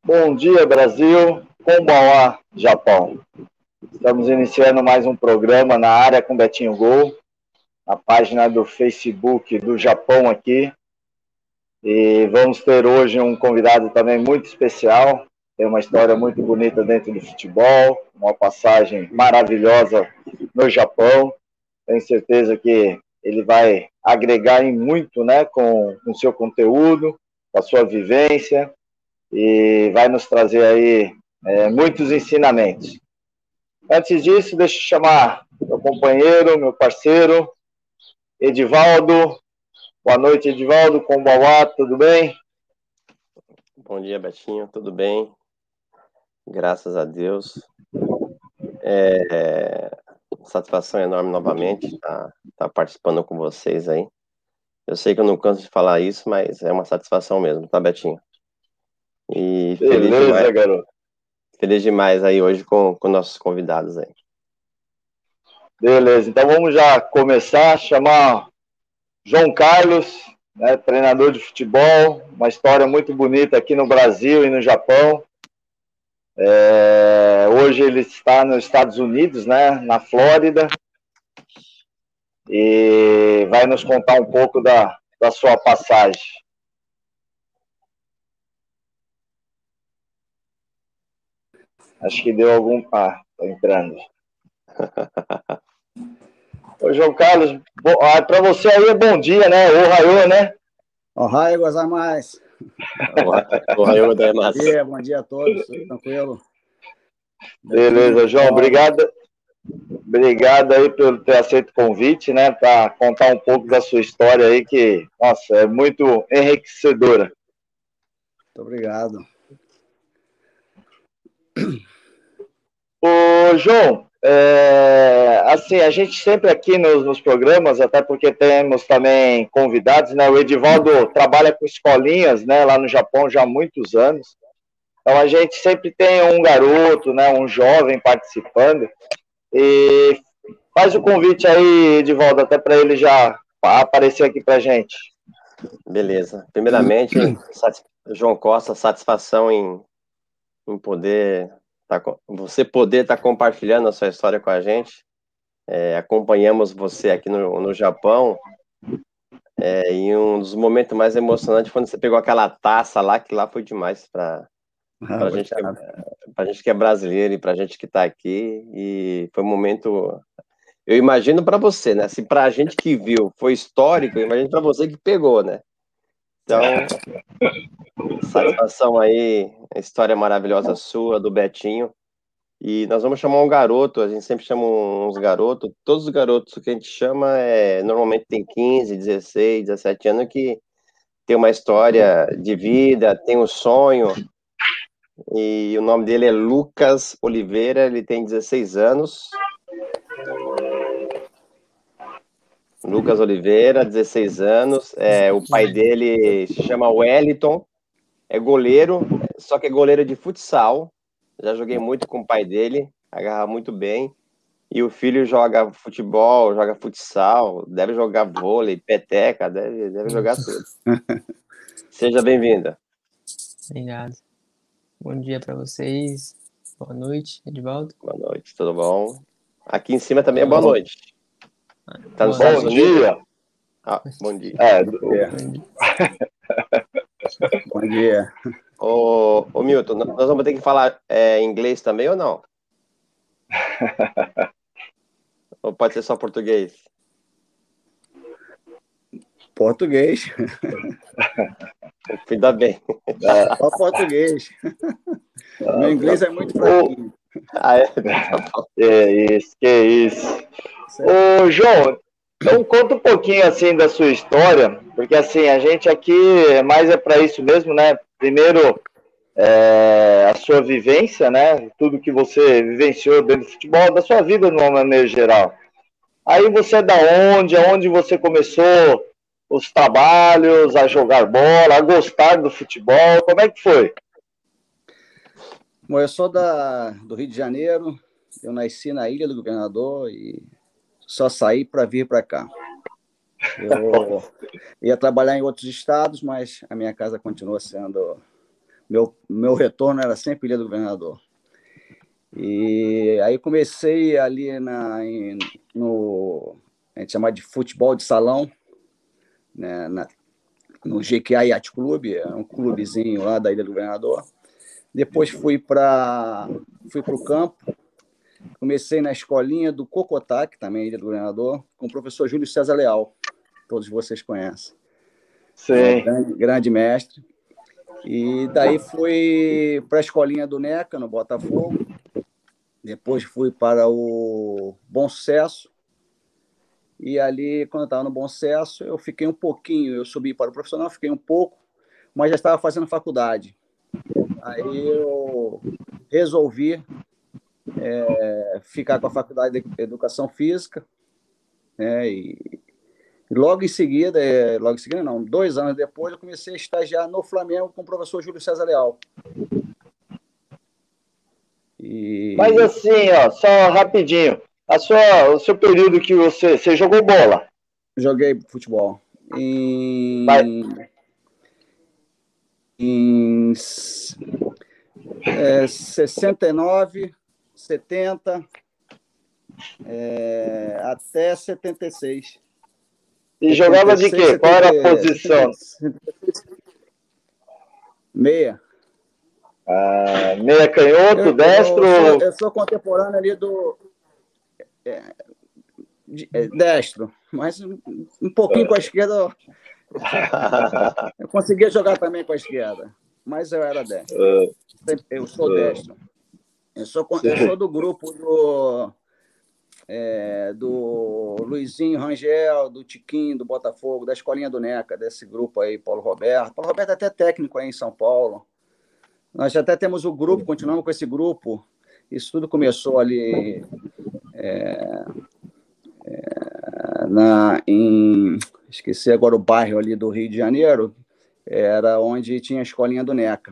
Bom dia, Brasil. Konbanwa, Japão. Estamos iniciando mais um programa na área com Betinho Gol, na página do Facebook do Japão aqui. E vamos ter hoje um convidado também muito especial. Tem uma história muito bonita dentro do futebol, uma passagem maravilhosa no Japão. Tenho certeza que ele vai agregar em muito, né, com o seu conteúdo, com a sua vivência, e vai nos trazer aí muitos ensinamentos. Antes disso, deixa eu chamar meu companheiro, meu parceiro, Edivaldo. Boa noite, Edivaldo. Konbanwa, tudo bem? Bom dia, Betinho. Tudo bem? Graças a Deus. Satisfação enorme novamente estar participando com vocês aí. Eu sei que eu não canso de falar isso, mas é uma satisfação mesmo, tá, Betinho? E Beleza, garoto. Feliz demais aí hoje com nossos convidados aí. Beleza, então vamos já começar, chamar João Carlos, né, treinador de futebol, uma história muito bonita aqui no Brasil e no Japão. Hoje ele está nos Estados Unidos, né, na Flórida, e vai nos contar um pouco da sua passagem. Acho que deu algum... Ah, tá entrando. Ô, João Carlos, para você aí é bom dia, né? Ohayou, né? Ohayou gozaimasu. Ohayou gozaimasu. Bom dia a todos, tudo tranquilo? Beleza, João, obrigado aí por ter aceito o convite, né? Para contar um pouco da sua história aí, que, nossa, é muito enriquecedora. Muito obrigado. Ô, João, assim, a gente sempre aqui nos programas, até porque temos também convidados, né? O Edivaldo trabalha com escolinhas, né? Lá no Japão já há muitos anos. Então a gente sempre tem um garoto, né? Um jovem participando. E faz o convite aí, Edivaldo, até para ele já aparecer aqui para a gente. Beleza. Primeiramente, João Costa, satisfação em poder... você poder estar compartilhando a sua história com a gente. Acompanhamos você aqui no Japão, e um dos momentos mais emocionantes quando você pegou aquela taça lá, que lá foi demais para a gente que é brasileiro e para a gente que está aqui, e foi um momento, eu imagino para você, né? Se para a gente que viu foi histórico, eu imagino para você que pegou, né? Então, satisfação aí, a história maravilhosa sua, do Betinho. E nós vamos chamar um garoto, a gente sempre chama uns garotos, todos os garotos que a gente chama normalmente tem 15, 16, 17 anos, que tem uma história de vida, tem um sonho, e o nome dele é Lucas Oliveira, ele tem 16 anos. Lucas Oliveira, 16 anos, o pai dele se chama Wellington, é goleiro, só que é goleiro de futsal. Já joguei muito com o pai dele, agarra muito bem. E o filho joga futebol, joga futsal, deve jogar vôlei, peteca, deve jogar tudo. Seja bem-vinda. Obrigado. Bom dia para vocês. Boa noite, Edivaldo. Boa noite, tudo bom? Aqui em cima também é boa noite. Tá nos Estados Unidos? Bom dia. Bom dia. Ô Milton, nós vamos ter que falar inglês também ou não? Ou pode ser só português? Português. Ainda bem. Só português. Meu inglês é muito fraquinho. Que isso. Ô, João, então conta um pouquinho assim da sua história, porque assim, a gente aqui mais para isso mesmo, né? Primeiro, a sua vivência, né? Tudo que você vivenciou dentro do futebol, da sua vida de uma maneira geral. Aí você é da onde? Aonde você começou os trabalhos, a jogar bola, a gostar do futebol? Como é que foi? Bom, eu sou do Rio de Janeiro, eu nasci na Ilha do Governador e só saí para vir para cá. Eu ia trabalhar em outros estados, mas a minha casa continua sendo Meu retorno era sempre Ilha do Governador. E aí comecei ali no a gente chama de futebol de salão, né, no GQA Yacht Club, é um clubezinho lá da Ilha do Governador. Depois fui para o campo, comecei na escolinha do Cocotá, que também é Ilha do Governador, com o professor Júlio César Leal, todos vocês conhecem. Sim. Grande mestre. E daí fui para a escolinha do NECA, no Botafogo. Depois fui para o Bom Sucesso. E ali, quando eu estava no Bom Sucesso, eu fiquei um pouquinho, eu subi para o profissional, fiquei um pouco, mas já estava fazendo faculdade. Aí eu resolvi ficar com a faculdade de Educação Física, né, e logo em seguida não, 2 anos depois, eu comecei a estagiar no Flamengo com o professor Júlio César Leal. Mas assim, ó, só rapidinho, o seu período que você jogou bola? Joguei futebol. Em 69, 70, até 76. E jogava de quê? Qual era a posição? 76, meia. Meia canhoto, destro? Eu sou contemporâneo ali do destro, mas um pouquinho com a esquerda. Eu conseguia jogar também com a esquerda, mas eu era destro. Eu sou destro. Eu sou do grupo do Luizinho Rangel, do Tiquinho, do Botafogo, da escolinha do NECA, desse grupo aí, Paulo Roberto. Paulo Roberto é até técnico aí em São Paulo. Nós já até temos o grupo, continuamos com esse grupo. Isso tudo começou ali esqueci agora o bairro ali do Rio de Janeiro, era onde tinha a escolinha do NECA.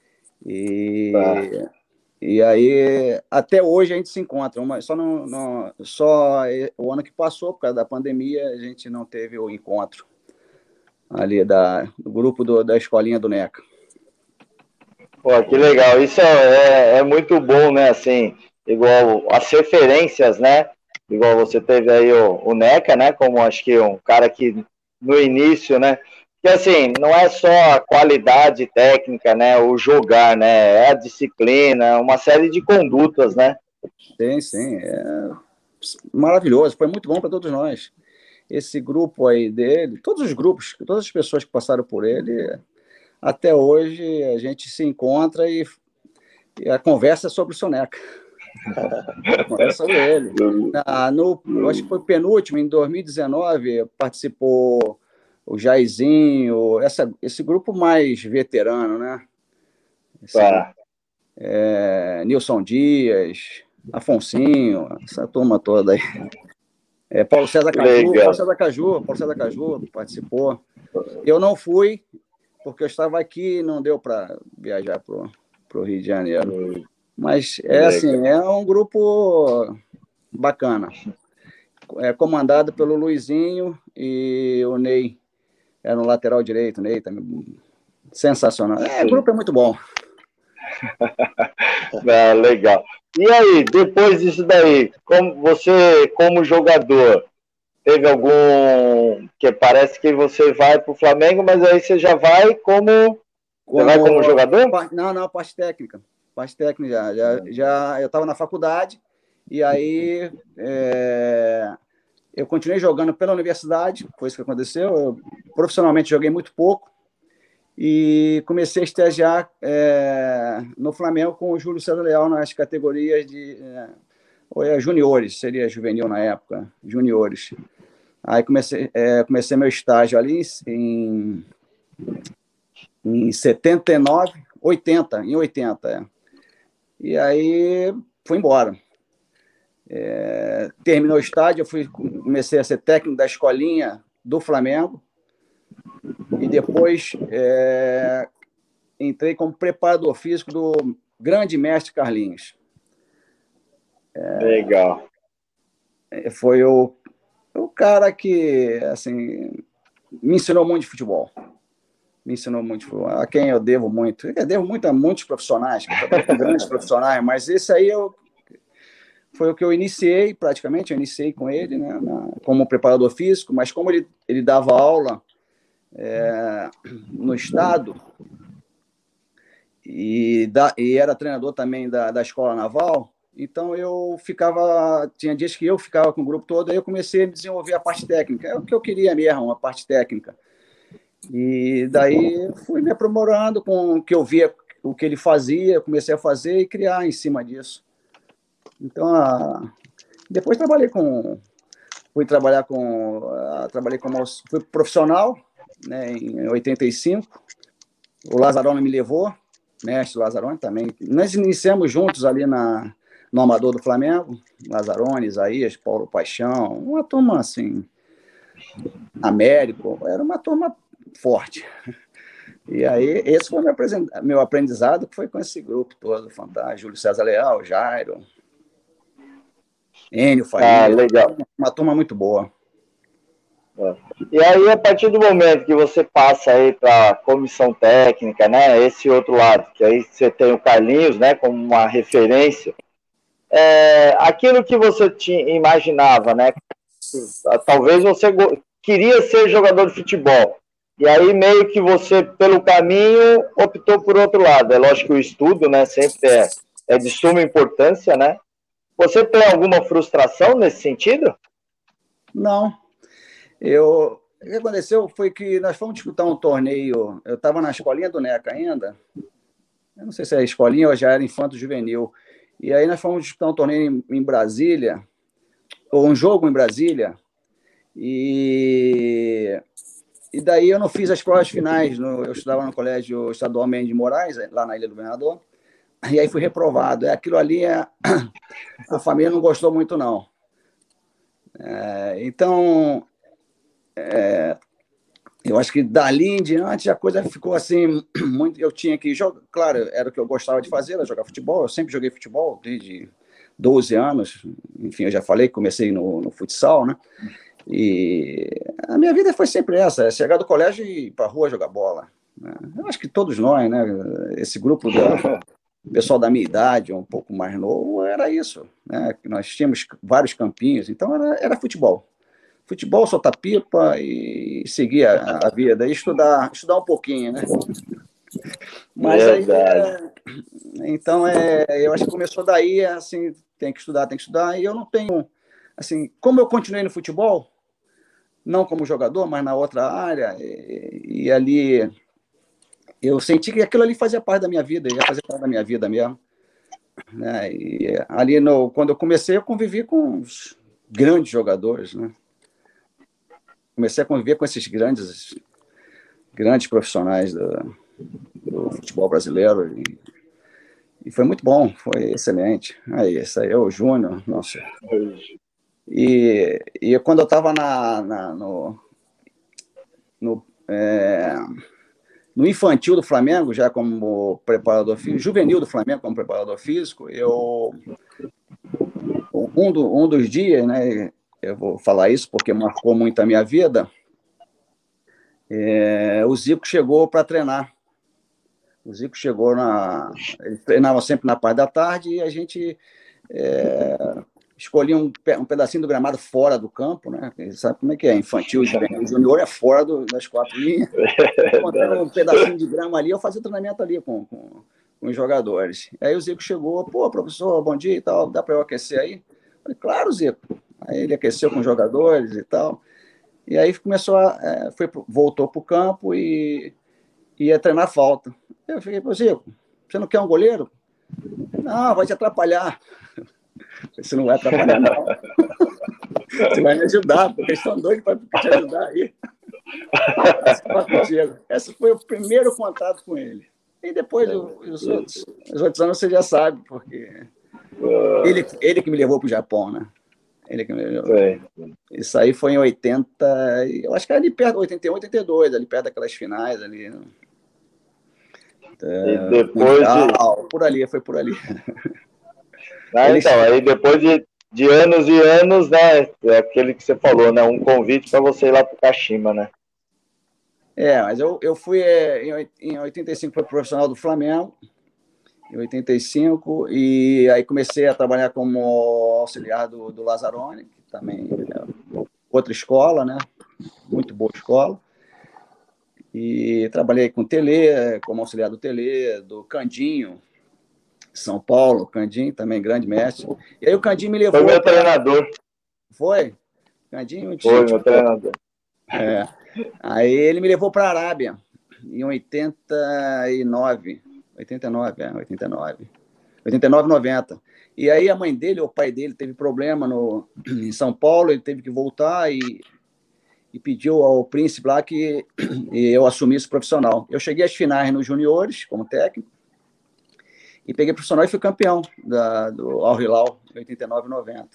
E aí, até hoje a gente se encontra, só o ano que passou, por causa da pandemia, a gente não teve o encontro ali do grupo da escolinha do NECA. Pô, que legal, isso é muito bom, né, assim, igual as referências, né, igual você teve aí o NECA, né, como acho que um cara que no início, né, que assim, não é só a qualidade técnica, né, o jogar, né, é a disciplina, uma série de condutas, né. Sim, é maravilhoso, foi muito bom para todos nós. Esse grupo aí dele, todos os grupos, todas as pessoas que passaram por ele, até hoje a gente se encontra e a conversa é sobre o Soneca. A conversa sobre ele. Eu acho que foi o penúltimo, em 2019, participou o Jairzinho, esse grupo mais veterano, né? Nilson Dias, Afonsinho, essa turma toda aí. Paulo César Caju participou. Eu não fui, porque eu estava aqui e não deu para viajar para o Rio de Janeiro. Mas é um grupo bacana. É comandado pelo Luizinho e o Ney. É no lateral direito, Ney também. Sensacional. O grupo é muito bom. Legal. E aí, depois disso daí, como jogador, teve algum que parece que você vai para o Flamengo, mas aí você já vai como jogador? Não, parte técnica. Parte técnica já eu estava na faculdade e aí eu continuei jogando pela universidade, foi isso que aconteceu. Eu profissionalmente joguei muito pouco e comecei a estagiar no Flamengo com o Júlio César Leal nas categorias de juniores, seria juvenil na época, juniores. Aí comecei meu estágio ali em 79, 80, em 80. E aí fui embora. Terminou o estádio, comecei a ser técnico da escolinha do Flamengo e depois entrei como preparador físico do grande mestre Carlinhos. Legal. Foi o cara que assim, me ensinou muito de futebol. me ensinou muito, a quem eu devo muito. Eu devo muito a muitos profissionais, grandes profissionais, mas esse aí foi o que eu iniciei, praticamente, eu iniciei com ele, né, como preparador físico, mas como ele dava aula no estado e era treinador também da Escola Naval, então tinha dias que eu ficava com o grupo todo, aí eu comecei a desenvolver a parte técnica, é o que eu queria mesmo, uma parte técnica. E daí fui me aprimorando com o que eu via, o que ele fazia, comecei a fazer e criar em cima disso. Então, depois trabalhei fui profissional, né, em 85. O Lazzaroni me levou, mestre Lazzaroni também. Nós iniciamos juntos ali no Amador do Flamengo, Lazzaroni, Isaías, Paulo Paixão, uma turma assim, Américo, era uma turma forte. E aí, esse foi meu aprendizado, que foi com esse grupo todo, fantástico, Júlio César Leal, Jairo, Enio Faria, legal. uma turma muito boa. E aí, a partir do momento que você passa aí para a comissão técnica, né, esse outro lado, que aí você tem o Carlinhos, né, como uma referência, aquilo que você imaginava, né, talvez você queria ser jogador de futebol, e aí meio que você, pelo caminho, optou por outro lado. É lógico que o estudo, né, sempre é de suma importância, né? Você tem alguma frustração nesse sentido? Não. O que aconteceu foi que nós fomos disputar um torneio, eu estava na escolinha do NECA ainda, eu não sei se é escolinha ou já era infanto juvenil, e aí nós fomos disputar um torneio em Brasília, ou um jogo em Brasília, e daí eu não fiz as provas finais, eu estudava no Colégio Estadual Mendes de Moraes, lá na Ilha do Governador, e aí fui reprovado. Aquilo ali, a família não gostou muito, não. Então, eu acho que dali em diante a coisa ficou assim, muito. Eu tinha que jogar, claro, era o que eu gostava de fazer, era jogar futebol, eu sempre joguei futebol desde 12 anos, enfim, eu já falei que comecei no futsal, né? E a minha vida foi sempre essa, chegar do colégio e ir para a rua jogar bola, né? Eu acho que todos nós, né? Esse grupo o pessoal da minha idade, um pouco mais novo, era isso, né? Nós tínhamos vários campinhos, então era futebol. Futebol, soltar pipa e seguir a vida, e estudar um pouquinho, né? Mas aí, então, eu acho que começou daí, assim, tem que estudar, e eu não tenho, assim, como eu continuei no futebol, não como jogador, mas na outra área, e ali eu senti que aquilo ali fazia parte da minha vida, ia fazer parte da minha vida mesmo, né? E ali, quando eu comecei, eu convivi com os grandes jogadores, né? Comecei a conviver com esses grandes profissionais do futebol brasileiro, e foi muito bom, foi excelente. Aí, esse aí é o Júnior, nossa. E quando eu estava no infantil do Flamengo, já como preparador físico, juvenil do Flamengo como preparador físico, um dos dias, né, eu vou falar isso porque marcou muito a minha vida, o Zico chegou para treinar. O Zico chegou ele treinava sempre na parte da tarde e a gente escolhia um pedacinho do gramado fora do campo, né? Sabe como é que é? Infantil, junior é fora das 4 linhas. Encontrei um pedacinho de grama ali, eu fazia treinamento ali com os jogadores. Aí o Zico chegou, pô, professor, bom dia e tal, dá para eu aquecer aí? Eu falei, claro, Zico. Aí ele aqueceu com os jogadores e tal. E aí voltou para o campo e ia treinar falta. Eu fiquei, pô, Zico, você não quer um goleiro? Não, vai te atrapalhar. Você não vai atrapalhar, não. Você vai me ajudar, porque eles estão doidos para te ajudar aí. Esse foi o primeiro contato com ele. E depois, os outros anos você já sabe, porque ele que me levou para o Japão, né? Ele que me levou. Isso aí foi em 80, eu acho que era ali perto, 81, 82, ali perto daquelas finais ali. E depois foi por ali. Então, aí depois de anos e anos, né, é aquele que você falou, né, um convite para você ir lá para o Kashima, né? Mas eu fui em 85, fui profissional do Flamengo, em 85, e aí comecei a trabalhar como auxiliar do Lazzaroni, que também é outra escola, né? Muito boa escola. E trabalhei com o Tele, como auxiliar do Tele, do Candinho, São Paulo, Candinho, também grande mestre. E aí o Candinho me levou. Foi meu treinador. Foi? Candinho? Foi meu treinador. Aí ele me levou para a Arábia, em 89, 90. E aí a mãe dele, o pai dele, teve problema em São Paulo, ele teve que voltar e pediu ao príncipe lá que eu assumisse o profissional. Eu cheguei às finais nos juniores, como técnico, e peguei profissional e fui campeão do Al Hilal, em 89 e 90.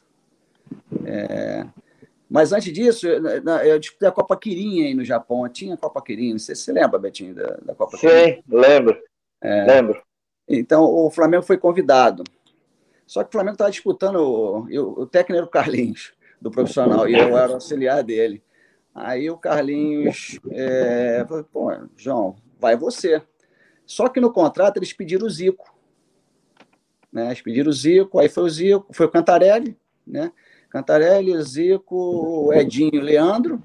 Mas antes disso, eu disputei a Copa Kirin aí no Japão. Tinha a Copa Kirin, não sei se você lembra, Betinho, da Copa Kirin. Sim, lembro. Lembro. Então, o Flamengo foi convidado. Só que o Flamengo estava disputando, o técnico era o Carlinhos, do profissional, e eu era auxiliar dele. Aí o Carlinhos falou, pô, João, vai você. Só que no contrato eles pediram o Zico. Né? Eles pediram o Zico, aí foi o Zico, foi o Cantarelli, né? Cantarelli, Zico, Edinho, Leandro.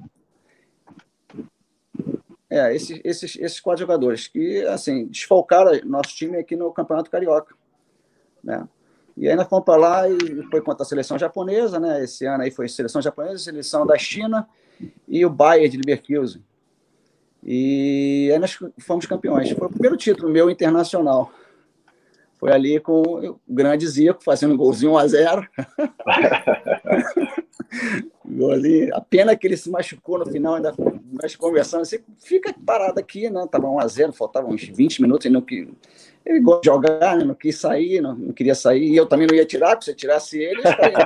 Esses 4 jogadores que, assim, desfalcaram nosso time aqui no Campeonato Carioca. Né? E aí nós fomos para lá e foi contra a seleção japonesa, né? Esse ano aí foi seleção japonesa, seleção da China e o Bayern de Leverkusen. E aí nós fomos campeões. Foi o primeiro título meu internacional. Foi ali com o grande Zico, fazendo um golzinho 1-0. A pena que ele se machucou no final, ainda nós conversando, assim, fica parado aqui, né? Tava 1-0, faltavam uns 20 minutos, ele gosta de jogar, né? Não quis sair, não queria sair, e eu também não ia tirar, porque se eu tirasse ele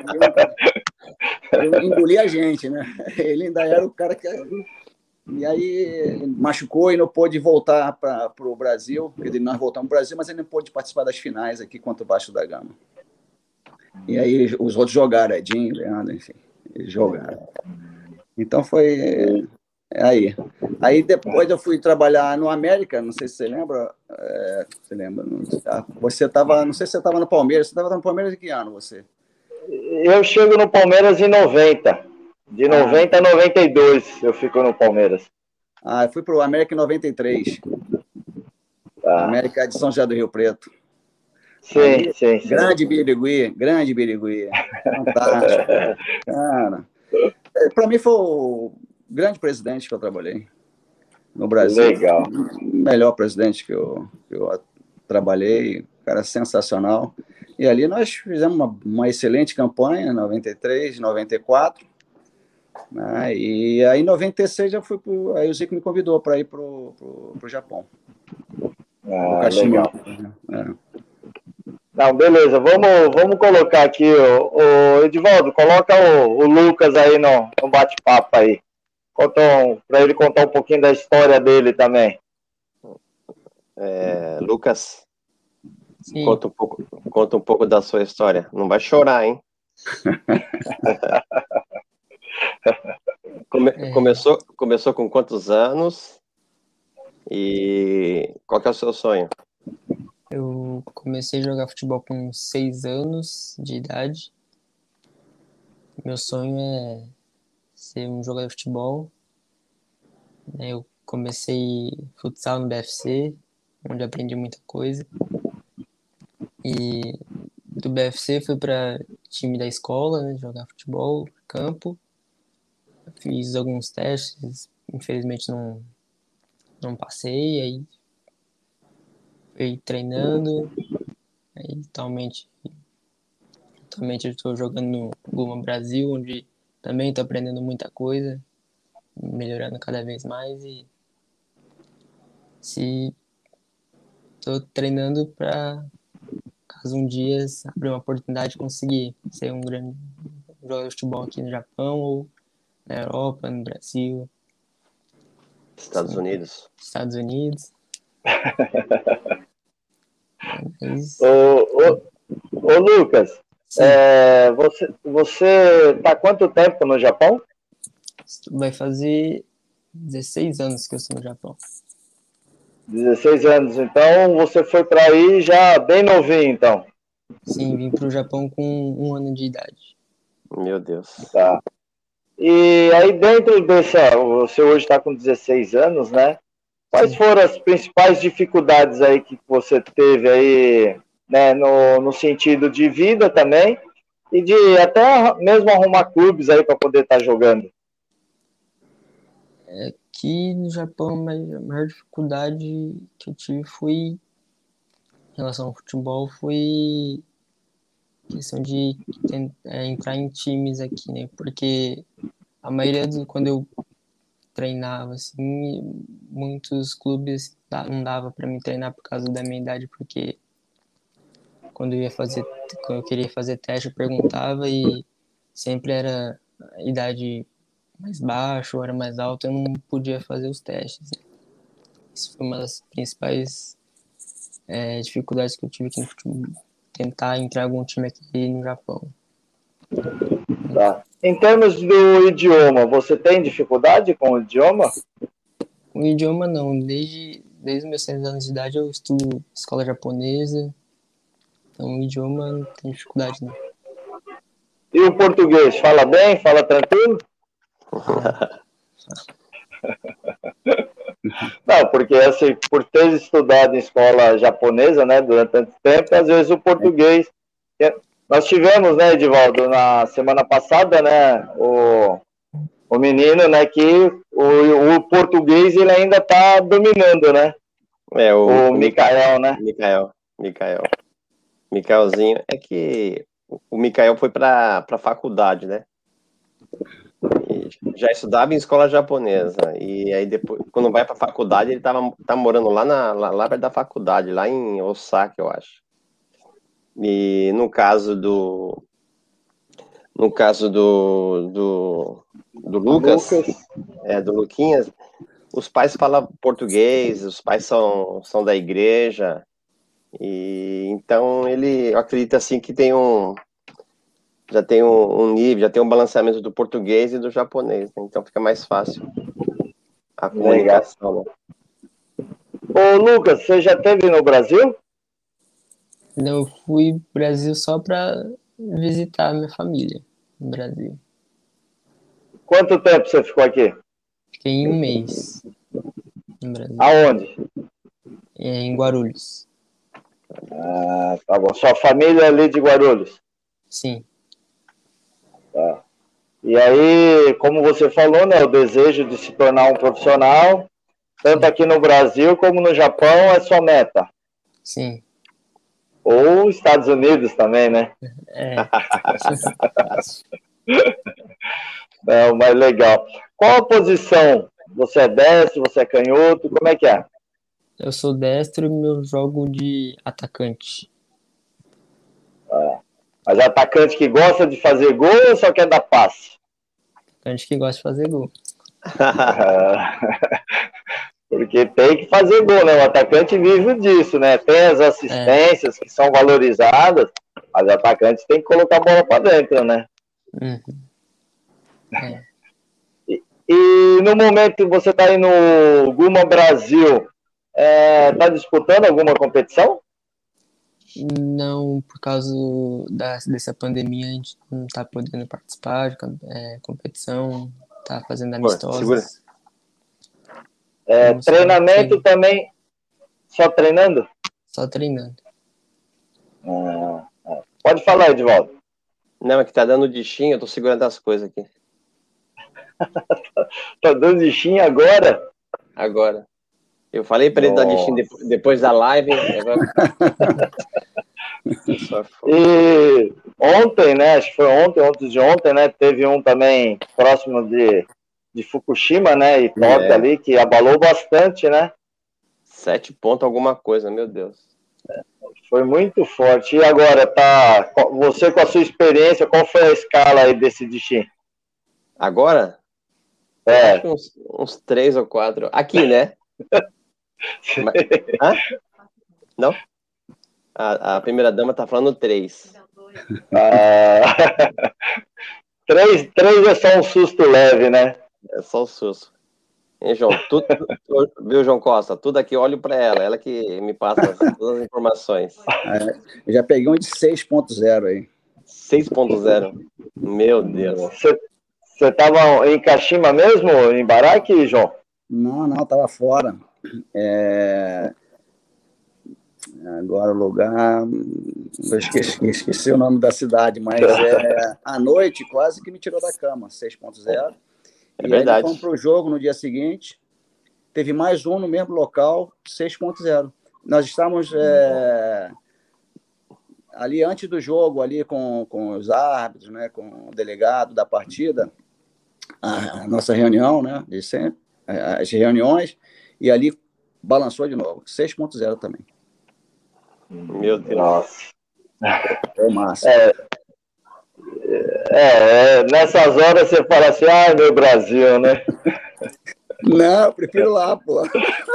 engolia a gente, né? Ele ainda era o cara que... E aí ele machucou e não pôde voltar para o Brasil. Nós voltamos para o Brasil, mas ele não pôde participar das finais aqui contra o Vasco da Gama. E aí os outros jogaram, Edinho, Leandro, enfim, eles jogaram. Então foi aí. Aí depois eu fui trabalhar no América, não sei se você lembra. Você lembra? Você estava, não sei se você estava no Palmeiras. Você estava no Palmeiras em que ano, você? Eu chego no Palmeiras em 90. De 90 a 92 eu fico no Palmeiras. Eu fui para o América em 93. América de São José do Rio Preto. Sim. Grande Birigui. Fantástico. Cara, para mim foi o grande presidente que eu trabalhei no Brasil. Legal. O melhor presidente que eu trabalhei, cara sensacional. E ali nós fizemos uma excelente campanha, 93, 94. Né? E aí em 96 eu fui aí o Zico me convidou para ir pro Japão. Legal. Não, beleza, vamos colocar aqui o Edivaldo, coloca o Lucas aí no bate-papo aí, para ele contar um pouquinho da história dele também. Lucas, conta um pouco da sua história, não vai chorar, hein? Começou com quantos anos e qual que é o seu sonho? Eu comecei a jogar futebol com 6 anos de idade. Meu sonho é ser um jogador de futebol. Eu comecei futsal no BFC, onde aprendi muita coisa. E do BFC fui para time da escola, né, jogar futebol, campo. Fiz alguns testes, infelizmente não passei, aí fui treinando, aí atualmente eu estou jogando no Guma Brasil, onde também estou aprendendo muita coisa, melhorando cada vez mais e estou treinando para caso um dia abrir uma oportunidade de conseguir ser um grande jogador de futebol aqui no Japão ou na Europa, no Brasil. Estados Unidos. Ô Lucas, você está há quanto tempo no Japão? Vai fazer 16 anos que eu estou no Japão. 16 anos. Então, você foi para aí já bem novinho, então. Sim, vim para o Japão com 1 ano de idade. Meu Deus. Tá. E aí, dentro dessa... Você hoje está com 16 anos, né? Quais foram as principais dificuldades aí que você teve aí, né, no sentido de vida também e de até mesmo arrumar clubes aí para poder estar jogando? Aqui no Japão, a maior dificuldade que eu tive foi, em relação ao futebol, foi questão de entrar em times aqui, né? Porque a maioria quando eu treinava, assim, muitos clubes não dava para me treinar por causa da minha idade, porque quando eu queria fazer teste, eu perguntava e sempre era a idade mais baixa ou era mais alta, eu não podia fazer os testes. Isso foi uma das principais dificuldades que eu tive aqui no futebol, tentar entrar em algum time aqui no Japão. Tá. Em termos do idioma, você tem dificuldade com o idioma? O idioma não, desde os meus 6 anos de idade eu estudo escola japonesa, então o idioma não tem dificuldade não. E o português, fala bem, fala tranquilo? Não, porque assim, por ter estudado em escola japonesa, né, durante tanto tempo, às vezes o português... Nós tivemos, né, Edivaldo, na semana passada, né, o menino, né, que o português ele ainda está dominando, né? O Mikael, né? Mikaelzinho. É que o Mikael foi para a faculdade, né? E já estudava em escola japonesa. E aí depois, quando vai para a faculdade, ele tá morando lá perto da faculdade, lá em Osaka, eu acho. E no caso do Lucas, do Luquinhas, os pais falam português, os pais são da igreja, e então ele acredita assim que já tem um nível, já tem um balanceamento do português e do japonês, né? Então fica mais fácil a comunicação. Ô Lucas, você já esteve no Brasil? Não, eu fui pro Brasil só para visitar a minha família no Brasil. Quanto tempo você ficou aqui? Fiquei 1 mês no Brasil. Aonde? Em Guarulhos. Ah, tá bom. Sua família é ali de Guarulhos? Sim. Tá. E aí, como você falou, né, o desejo de se tornar um profissional, tanto aqui no Brasil como no Japão, é sua meta? Sim. Ou Estados Unidos também, né? Não, mas legal. Qual a posição? Você é destro, você é canhoto, como é que é? Eu sou destro e eu jogo de atacante. Mas é atacante que gosta de fazer gol ou só quer dar passe? Atacante que gosta de fazer gol. Porque tem que fazer gol, né? O atacante vive disso, né? Tem as assistências que são valorizadas, mas o atacante tem que colocar a bola para dentro, né? Uhum. E no momento que você está aí no Guma Brasil, está disputando alguma competição? Não, por causa dessa pandemia, a gente não está podendo participar de competição, tá fazendo amistosos. Treinamento também, só treinando? Só treinando. Pode falar, Edivaldo. Não, é que tá dando dichinho, eu tô segurando as coisas aqui. Tá dando dichinho agora? Agora. Eu falei para ele dar dichinho depois da live. E ontem, né? Acho que foi antes de ontem, né? Teve um também próximo de Fukushima, né? E Tóquio ali, que abalou bastante, né? 7 pontos alguma coisa, meu Deus. Foi muito forte. E agora, você com a sua experiência, qual foi a escala aí desse dichinho? Agora? Acho que uns 3 ou 4. Aqui, né? Não? A primeira dama tá falando 3. 3 é só um susto leve, né? É só o susto. Hein, João? Viu, João Costa? Tudo aqui, olho para ela que me passa todas as informações. Eu já peguei um de 6.0 aí. 6.0. Meu Deus. Você estava em Kashima mesmo, em Baraque, João? Não, estava fora. Agora o lugar, eu esqueci o nome da cidade, mas à noite quase que me tirou da cama, 6.0. É e verdade. aí fomos para o jogo no dia seguinte, teve mais um no mesmo local, 6.0. Nós estávamos ali antes do jogo, ali com os árbitros, né, com o delegado da partida, a nossa reunião, né, de sempre, as reuniões, e ali balançou de novo, 6.0 também. Meu Deus. Nossa. É massa. Nessas horas você fala assim, ai, meu Brasil, né? Não, eu prefiro lá, pô.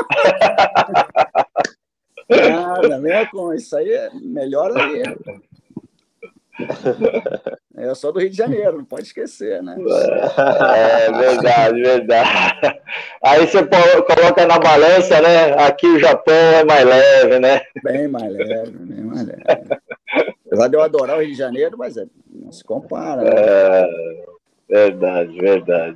Nada, mesmo com isso aí, melhor aí. Eu sou do Rio de Janeiro, não pode esquecer, né? Verdade. Aí você coloca na balança, né? Aqui o Japão é mais leve, né? Bem mais leve, bem mais leve. Apesar de eu adorar o Rio de Janeiro, mas não se compara, né? Verdade.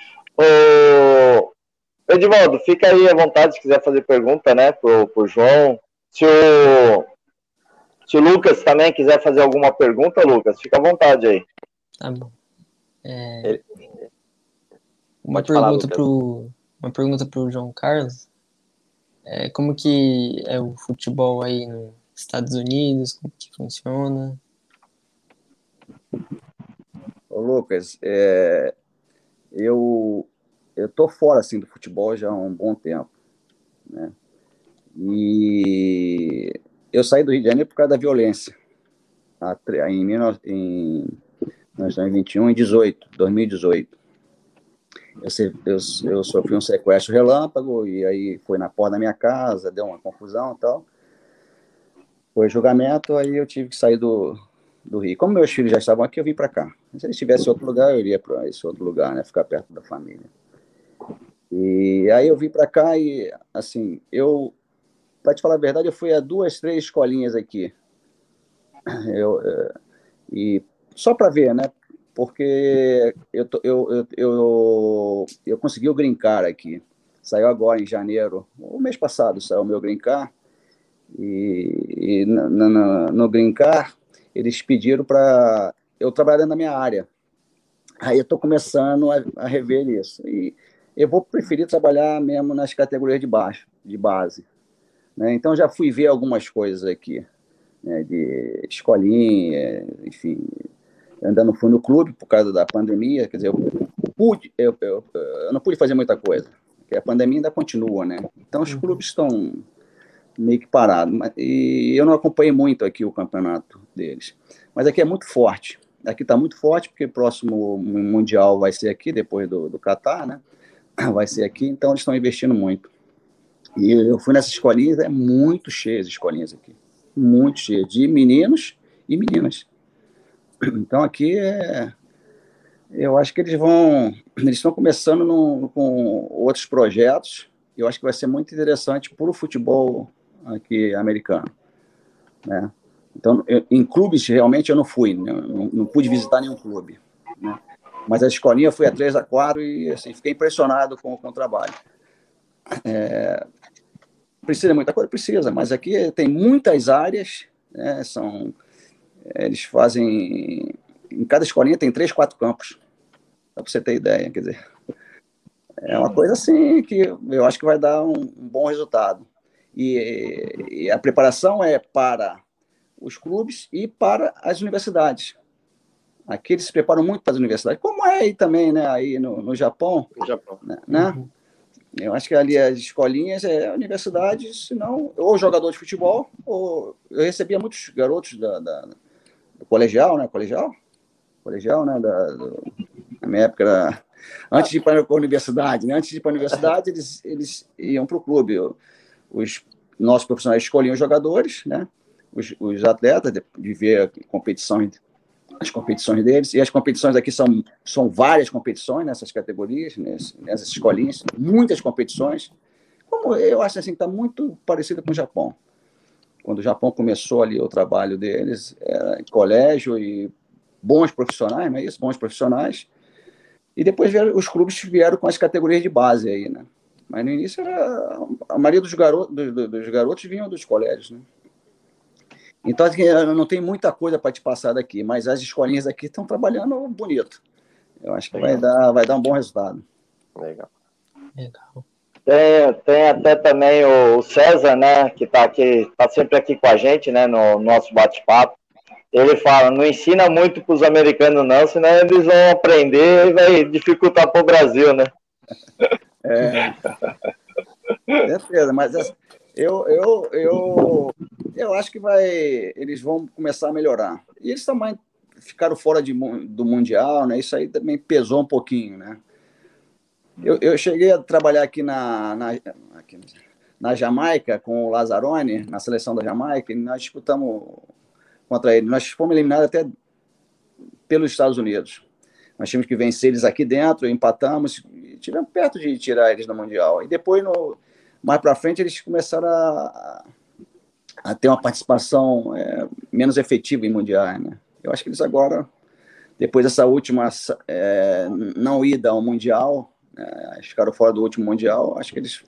Ô, Edivaldo, fica aí à vontade se quiser fazer pergunta, né, pro João. Se o Lucas também quiser fazer alguma pergunta, Lucas, fica à vontade aí. Tá bom. Pode falar, Lucas. Uma pergunta para o João Carlos. Como que é o futebol aí nos Estados Unidos? Como que funciona? Ô, Lucas, eu tô fora assim do futebol já há um bom tempo, né? E eu saí do Rio de Janeiro por causa da violência. Em 1921 e 2018. Eu sofri um sequestro relâmpago e aí foi na porta da minha casa, deu uma confusão e tal. Foi julgamento, aí eu tive que sair do Rio. Como meus filhos já estavam aqui, eu vim para cá. Se eles estivessem em outro lugar, eu iria para esse outro lugar, né? Ficar perto da família. E aí eu vim para cá e, assim, para te falar a verdade, eu fui a 2, 3 escolinhas aqui. E só para ver, né? Porque eu consegui o Green Card aqui. Saiu agora em janeiro, o mês passado saiu o meu Green Card. E no Green Card, eles pediram para eu trabalhar na minha área. Aí eu estou começando a rever isso. E eu vou preferir trabalhar mesmo nas categorias de base. Né? Então já fui ver algumas coisas aqui, né, de escolinha, enfim. Eu ainda não fui no clube por causa da pandemia, quer dizer, eu não pude fazer muita coisa, porque a pandemia ainda continua, né? Então os clubes estão meio que parados, e eu não acompanhei muito aqui o campeonato deles. Mas aqui é muito forte, aqui está muito forte, porque o próximo Mundial vai ser aqui, depois do Catar, né? Vai ser aqui, então eles estão investindo muito. E eu fui nessas escolinhas, é muito cheio as escolinhas aqui, muito cheio, de meninos e meninas. Então aqui eu acho que eles estão começando com outros projetos. Eu acho que vai ser muito interessante para o futebol aqui americano, né? Então, em clubes realmente eu não fui, né? Não pude visitar nenhum clube, né? Mas a escolinha eu fui a 3, a 4 e assim, fiquei impressionado com o trabalho. Precisa de muita coisa? Precisa, mas aqui tem muitas áreas, né? Eles fazem... Em cada escolinha tem 3, 4 campos, para você ter ideia, quer dizer. É uma coisa assim que eu acho que vai dar um bom resultado. E a preparação é para os clubes e para as universidades. Aqui eles se preparam muito para as universidades, como é aí também, né? Aí no Japão. No Japão. Né? Eu acho que ali as escolinhas universidades, senão, ou jogador de futebol, ou eu recebia muitos garotos do colegial, né? Colegial, né? Na minha época era... Antes de ir para a universidade, né? Antes de ir para a universidade, eles iam para o clube. Os nossos profissionais escolhiam os jogadores, né? Os atletas, de ver competições as competições deles, e as competições aqui são várias competições nessas categorias, nessas escolinhas, muitas competições. Como eu acho assim, está muito parecido com o Japão. Quando o Japão começou ali o trabalho deles, era em colégio e bons profissionais, não é isso? Bons profissionais. E depois os clubes vieram com as categorias de base aí, né? Mas no início a maioria dos garotos vinham dos colégios, né? Então, não tem muita coisa para te passar daqui, mas as escolinhas aqui estão trabalhando bonito. Eu acho que vai dar um bom resultado. Legal. Tem até também o César, né, que está sempre aqui com a gente, né, no nosso bate-papo. Ele fala, não ensina muito para os americanos não, senão eles vão aprender e vai dificultar para o Brasil, né? Certeza, mas eu acho que eles vão começar a melhorar. E eles também ficaram fora do Mundial, né? Isso aí também pesou um pouquinho, né? Eu cheguei a trabalhar aqui na Jamaica com o Lazzaroni, na seleção da Jamaica, e nós disputamos contra ele. Nós fomos eliminados até pelos Estados Unidos. Nós tínhamos que vencer eles aqui dentro, empatamos, e tivemos perto de tirar eles do Mundial. E depois, mais para frente, eles começaram a ter uma participação menos efetiva em mundiais, né? Eu acho que eles agora, depois dessa última não ida ao Mundial, ficaram fora do último Mundial, acho que eles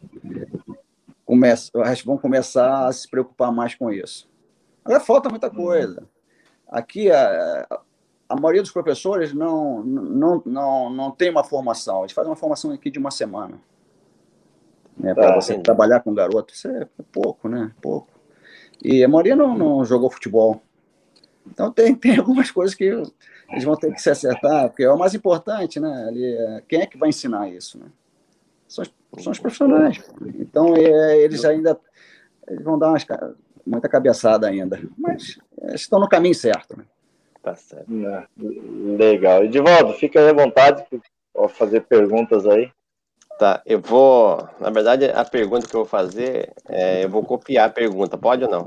vão começar a se preocupar mais com isso. Agora falta muita coisa. Aqui, a maioria dos professores não tem uma formação. Eles fazem uma formação aqui de uma semana. Né, para você trabalhar com garoto. Isso é pouco, né? Pouco. E a maioria não jogou futebol. Então tem algumas coisas que eles vão ter que se acertar, porque é o mais importante, né? Quem é que vai ensinar isso, né? São os profissionais. Então eles vão dar muita cabeçada ainda. Mas estão no caminho certo, né? Tá certo. Legal. Edivaldo, fica aí à vontade para fazer perguntas aí. Tá, na verdade, a pergunta que eu vou fazer, eu vou copiar a pergunta, pode ou não?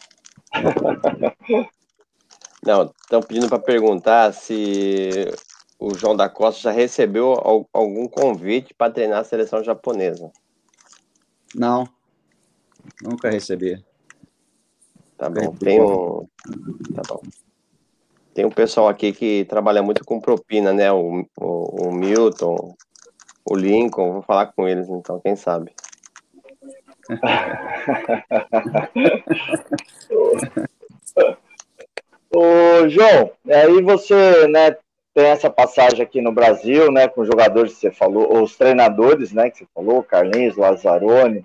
Não, estão pedindo para perguntar se o João da Costa já recebeu algum convite para treinar a seleção japonesa. Não, nunca recebi. Tá bom, tá bom. Tem um pessoal aqui que trabalha muito com propina, né? O Milton, o Lincoln, vou falar com eles então, quem sabe. Ô, João, aí você, né, tem essa passagem aqui no Brasil, né, com os jogadores que você falou, os treinadores, né, que você falou, Carlinhos, Lazzaroni,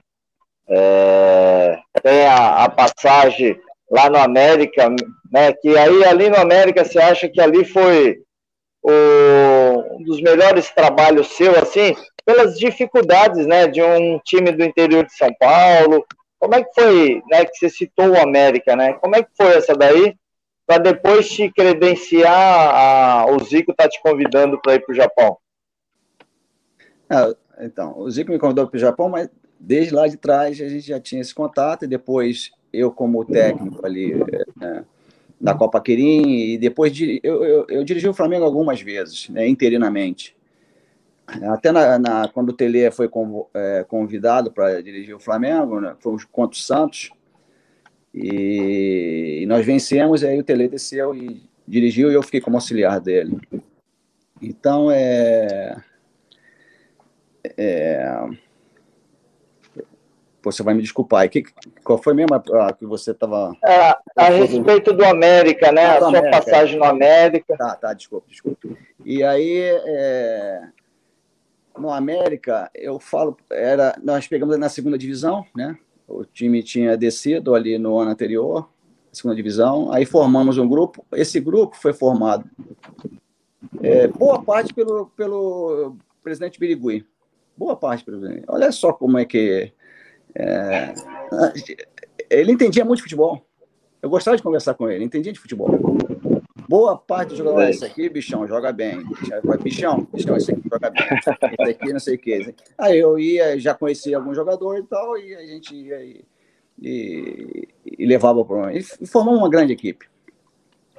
tem a passagem lá no América, né, que aí ali no América você acha que ali foi um dos melhores trabalhos seu, assim, pelas dificuldades, né, de um time do interior de São Paulo. Como é que foi, né, que você citou o América, né? Como é que foi essa daí? Para depois te credenciar, o Zico tá te convidando para ir para o Japão. Então, o Zico me convidou para o Japão, mas desde lá de trás a gente já tinha esse contato, e depois eu como técnico ali na Copa Quirim, e depois eu dirigi o Flamengo algumas vezes, né, interinamente. Até quando o Tele foi convidado para dirigir o Flamengo, né, foi contra o Santos, e nós vencemos, e aí o Tele desceu e dirigiu, e eu fiquei como auxiliar dele. Então, você vai me desculpar. Qual foi mesmo que você estava... a respeito do América, né? A sua passagem no América. Tá, desculpa. E aí, no América, eu falo, nós pegamos na segunda divisão, né? O time tinha descido ali no ano anterior, segunda divisão, aí formamos um grupo. Esse grupo foi formado boa parte pelo presidente Birigui. Boa parte pelo presidente. Olha só como é que... ele entendia muito de futebol. Eu gostava de conversar com ele, entendia de futebol. Boa parte dos jogadores, esse aqui, bichão, joga bem. Bichão, esse aqui joga bem. Esse aqui, não sei o que. Aí eu já conhecia alguns jogadores e tal, e a gente ia e levava para... E formamos uma grande equipe.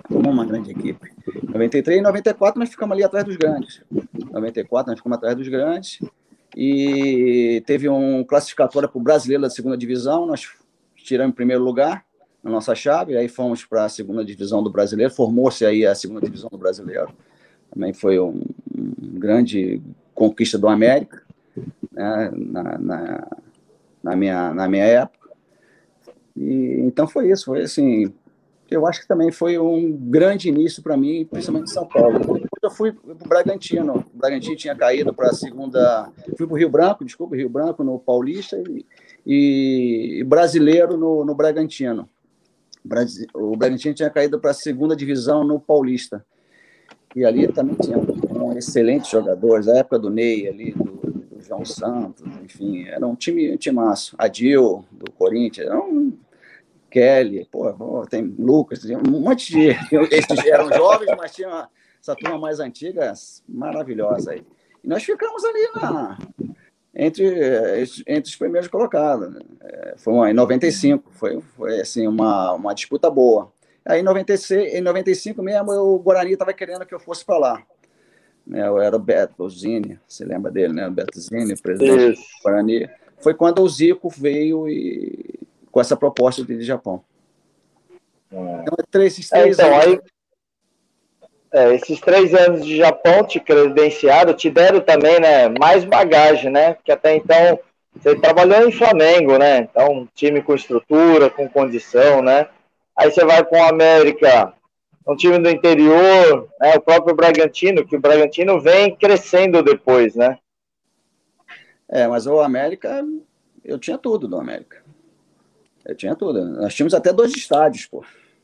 Formou uma grande equipe. Em 93 e 94 nós ficamos ali atrás dos grandes. Em 94 nós ficamos atrás dos grandes. E teve um classificatório para o brasileiro da segunda divisão. Nós tiramos em primeiro lugar na nossa chave. Aí fomos para a segunda divisão do brasileiro. Formou-se aí a segunda divisão do brasileiro. Também foi um grande conquista do América, né, na minha época. E, então foi isso, foi assim, eu acho que também foi um grande início para mim, principalmente em São Paulo. Depois eu fui para o Bragantino tinha caído para a segunda, fui para o Rio Branco no Paulista e brasileiro no Bragantino. O Bragantino tinha caído para a segunda divisão no Paulista. E ali também tinha excelentes jogadores, a época do Ney ali, do João Santos, enfim, era um timaço. Adil, do Corinthians, era um Kelly, tem Lucas, tinha um monte de... Esses eram jovens, mas tinha essa turma mais antiga, maravilhosa aí. E nós ficamos ali entre os primeiros colocados. Foi em 95, foi assim, uma disputa boa. Aí, em 95 mesmo, o Guarani estava querendo que eu fosse para lá. Eu era o Beto Zini, você lembra dele, né? O Beto Zini, presidente do Guarani. Foi quando o Zico veio com essa proposta de Japão. Então, esses 3 anos... esses 3 anos de Japão te credenciaram, te deram também, né, mais bagagem, né? Porque até então você trabalhou em Flamengo, né? Então, time com estrutura, com condição, né? Aí você vai com o América, um time do interior, né, o próprio Bragantino, que o Bragantino vem crescendo depois, né? Mas o América, eu tinha tudo do América. Eu tinha tudo. Nós tínhamos até 2 estádios, pô.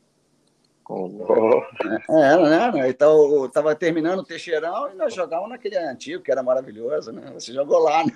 Né? Então, eu estava terminando o Teixeirão e nós jogávamos naquele antigo, que era maravilhoso, né? Você jogou lá, né?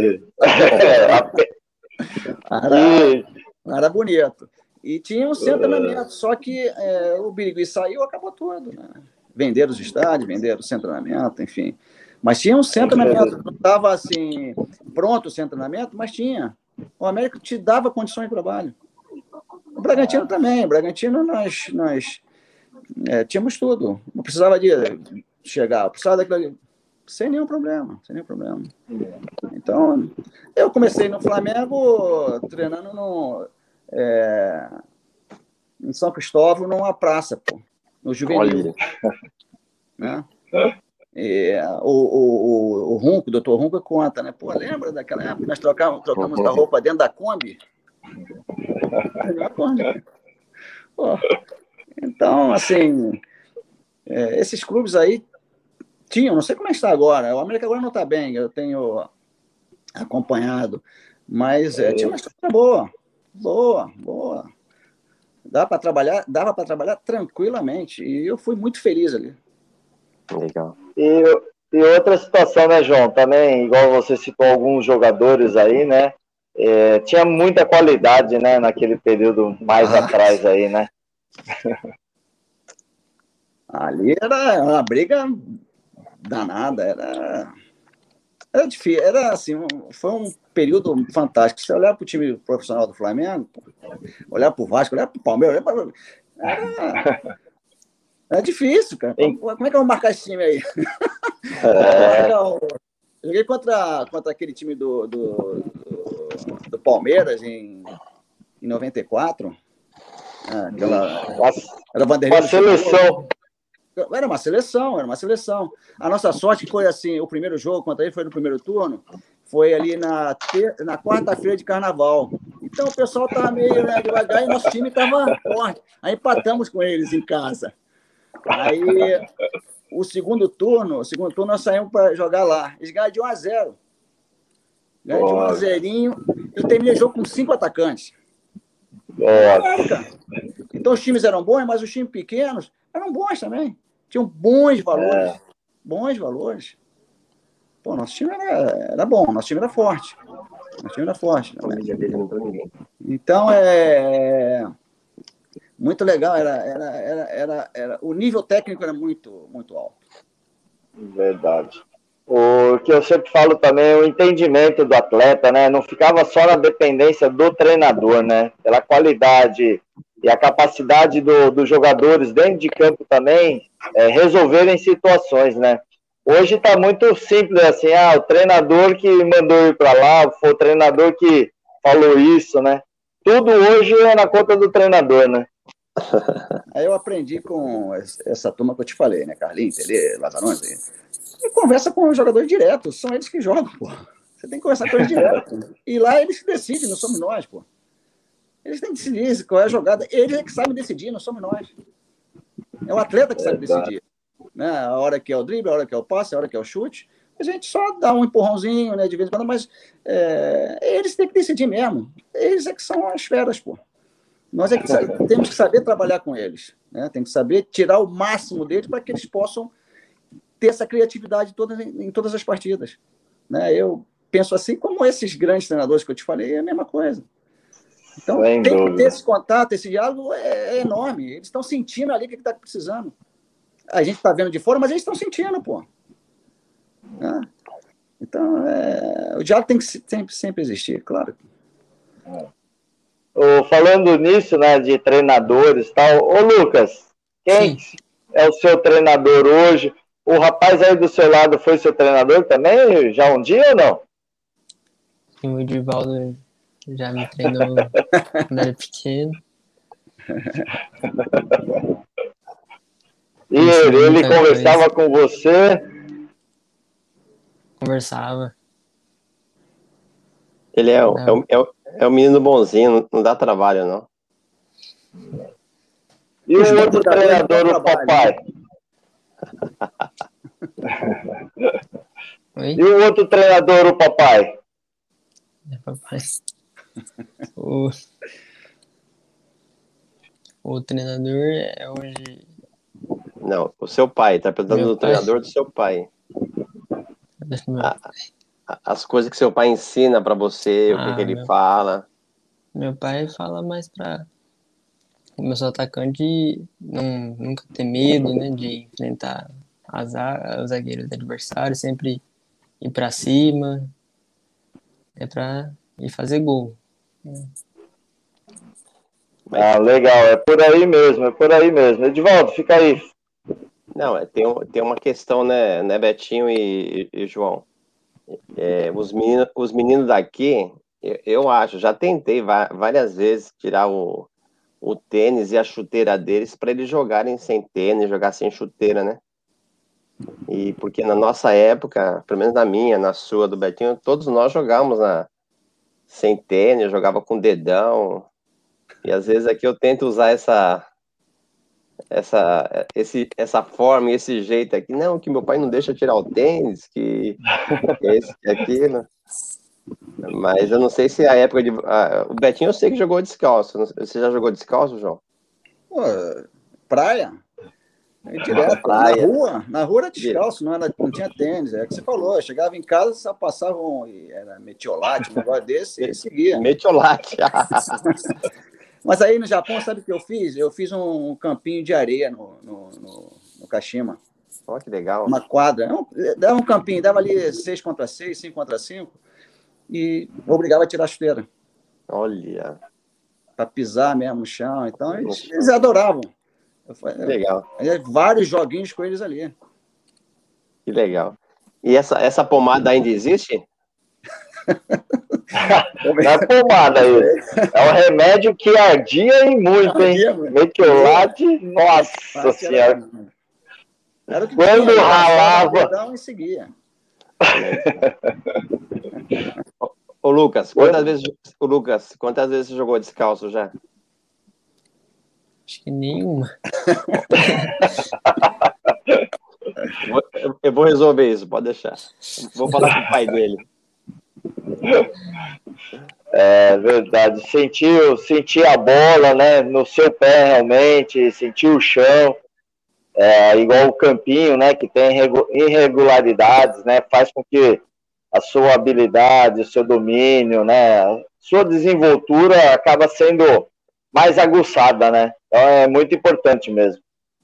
Era bonito. E tinha um centro-treinamento, só que o Birigui saiu, acabou tudo, né? Venderam os estádios, venderam o centro-treinamento, enfim. Mas tinha um centro-treinamento, não estava assim, pronto o centro-treinamento, mas tinha. O América te dava condições de trabalho. O Bragantino também. O Bragantino nós tínhamos tudo. Não precisava de chegar, precisava daquilo ali. Sem nenhum problema. Então, eu comecei no Flamengo treinando em São Cristóvão, numa praça, pô, no Juvenil. Né? E, o Runco, o doutor Runco conta, né? Pô, lembra daquela época? Nós trocamos a roupa dentro da Kombi? Pô, então, assim, esses clubes aí tinham, não sei como é que está agora, o América agora não está bem, eu tenho acompanhado, mas tinha uma história boa. Dava para trabalhar tranquilamente, e eu fui muito feliz ali. Legal. E outra situação, né, João? Também, igual você citou alguns jogadores aí, né? Tinha muita qualidade, né, naquele período mais atrás aí, né? Ali era uma briga danada, era difícil, era assim, foi um período fantástico. Se você olhar para o time profissional do Flamengo, olhar para o Vasco, olhar para o Palmeiras, era difícil, cara. Como é que eu vou marcar esse time aí? Eu joguei contra aquele time do Palmeiras em 94. Era Vanderlei. Uma seleção. Era uma seleção. A nossa sorte foi assim, o primeiro jogo contra ele foi no primeiro turno, foi ali na quarta-feira de carnaval. Então o pessoal estava meio devagar e nosso time estava forte. Aí empatamos com eles em casa. Aí o segundo turno nós saímos para jogar lá. Eles ganharam de 1-0. Ganharam de 1-0 e terminei o jogo com 5 atacantes. Então os times eram bons, mas os times pequenos eram bons também. Tinham bons valores. Pô, nosso time era bom, nosso time era forte. Então, muito legal, o nível técnico era muito, muito alto. Verdade. O que eu sempre falo também é o entendimento do atleta, né? Não ficava só na dependência do treinador, né? Pela qualidade e a capacidade dos jogadores dentro de campo também resolverem situações, né? Hoje está muito simples, assim, o treinador que mandou ir para lá, foi o treinador que falou isso, né? Tudo hoje é na conta do treinador, né? Aí eu aprendi com essa turma que eu te falei, né? Carlinhos, Tele, Lazarões. E conversa com os jogadores direto, são eles que jogam, pô. Você tem que conversar com eles direto. E lá eles que decidem, não somos nós, pô. Eles têm que decidir qual é a jogada. Eles é que sabem decidir, não somos nós. É o atleta que sabe decidir. Né? A hora que é o drible, a hora que é o passe, a hora que é o chute. A gente só dá um empurrãozinho, né, de vez em quando, mas eles têm que decidir mesmo. Eles é que são as feras, pô. Nós é que temos que saber trabalhar com eles. Né? Tem que saber tirar o máximo deles para que eles possam ter essa criatividade em todas as partidas. Né? Eu penso assim, como esses grandes treinadores que eu te falei, é a mesma coisa. Então, tem que ter esse contato, esse diálogo é enorme. Eles estão sentindo ali o que está precisando. A gente está vendo de fora, mas eles estão sentindo, pô. Né? Então, o diálogo tem que sempre existir, claro. Falando nisso, né, de treinadores e tal, ô Lucas, quem é o seu treinador hoje? O rapaz aí do seu lado foi seu treinador também, já um dia ou não? Sim, o Edivaldo já me treinou quando era pequeno. E ele conversava com você? Conversava. Ele é o menino bonzinho, não dá trabalho, não. E o outro treinador, o papai? Oi? E o outro treinador, o papai? Papai. O treinador é hoje... Não, o seu pai, tá perguntando do treinador do seu pai. As coisas que seu pai ensina pra você, o que ele fala. Meu pai fala mais pra eu sou atacante, nunca ter medo, né, de enfrentar os zagueiros adversários, sempre ir pra cima, pra ir fazer gol. Legal, é por aí mesmo, Edivaldo, fica aí. Não, tem uma questão, né, Betinho e João? Os meninos daqui, eu acho, já tentei várias vezes tirar o tênis e a chuteira deles para eles jogarem sem tênis, jogar sem chuteira, né? E porque na nossa época, pelo menos na minha, na sua, do Betinho, todos nós jogávamos sem tênis, jogava com dedão. E às vezes aqui eu tento usar essa forma e esse jeito aqui. Não, que meu pai não deixa tirar o tênis, que esse, que aquilo. Mas eu não sei se a época de... o Betinho eu sei que jogou descalço. Você já jogou descalço, João? Pô, praia. Direto. Praia. Na rua era descalço, não tinha tênis. É o que você falou. Eu chegava em casa, só passavam, era metiolate, um negócio desse, e seguia. Metiolate. Mas aí no Japão, sabe o que eu fiz? Eu fiz um campinho de areia no Kashima. Olha que legal. Uma quadra. Dava um campinho, dava ali 6 contra 6, 5 contra 5, e obrigava a tirar a chuteira. Olha. Para pisar mesmo no chão. Então, eles adoravam. Legal. Vários joguinhos com eles ali. Que legal. E essa pomada ainda existe? Não é pomada isso. É um remédio que ardia e muito, hein? Metiolate, nossa senhora. Era o que quando tinha, ralava. E seguia. Ô Lucas, quantas vezes você jogou descalço já? Acho que nenhuma. Eu vou resolver isso, pode deixar. Vou falar com o pai dele. É verdade. Sentir a bola, né, no seu pé realmente, sentir o chão, igual o campinho, né, que tem irregularidades, né, faz com que a sua habilidade, o seu domínio, né, sua desenvoltura acaba sendo mais aguçada, né? Então é muito importante mesmo.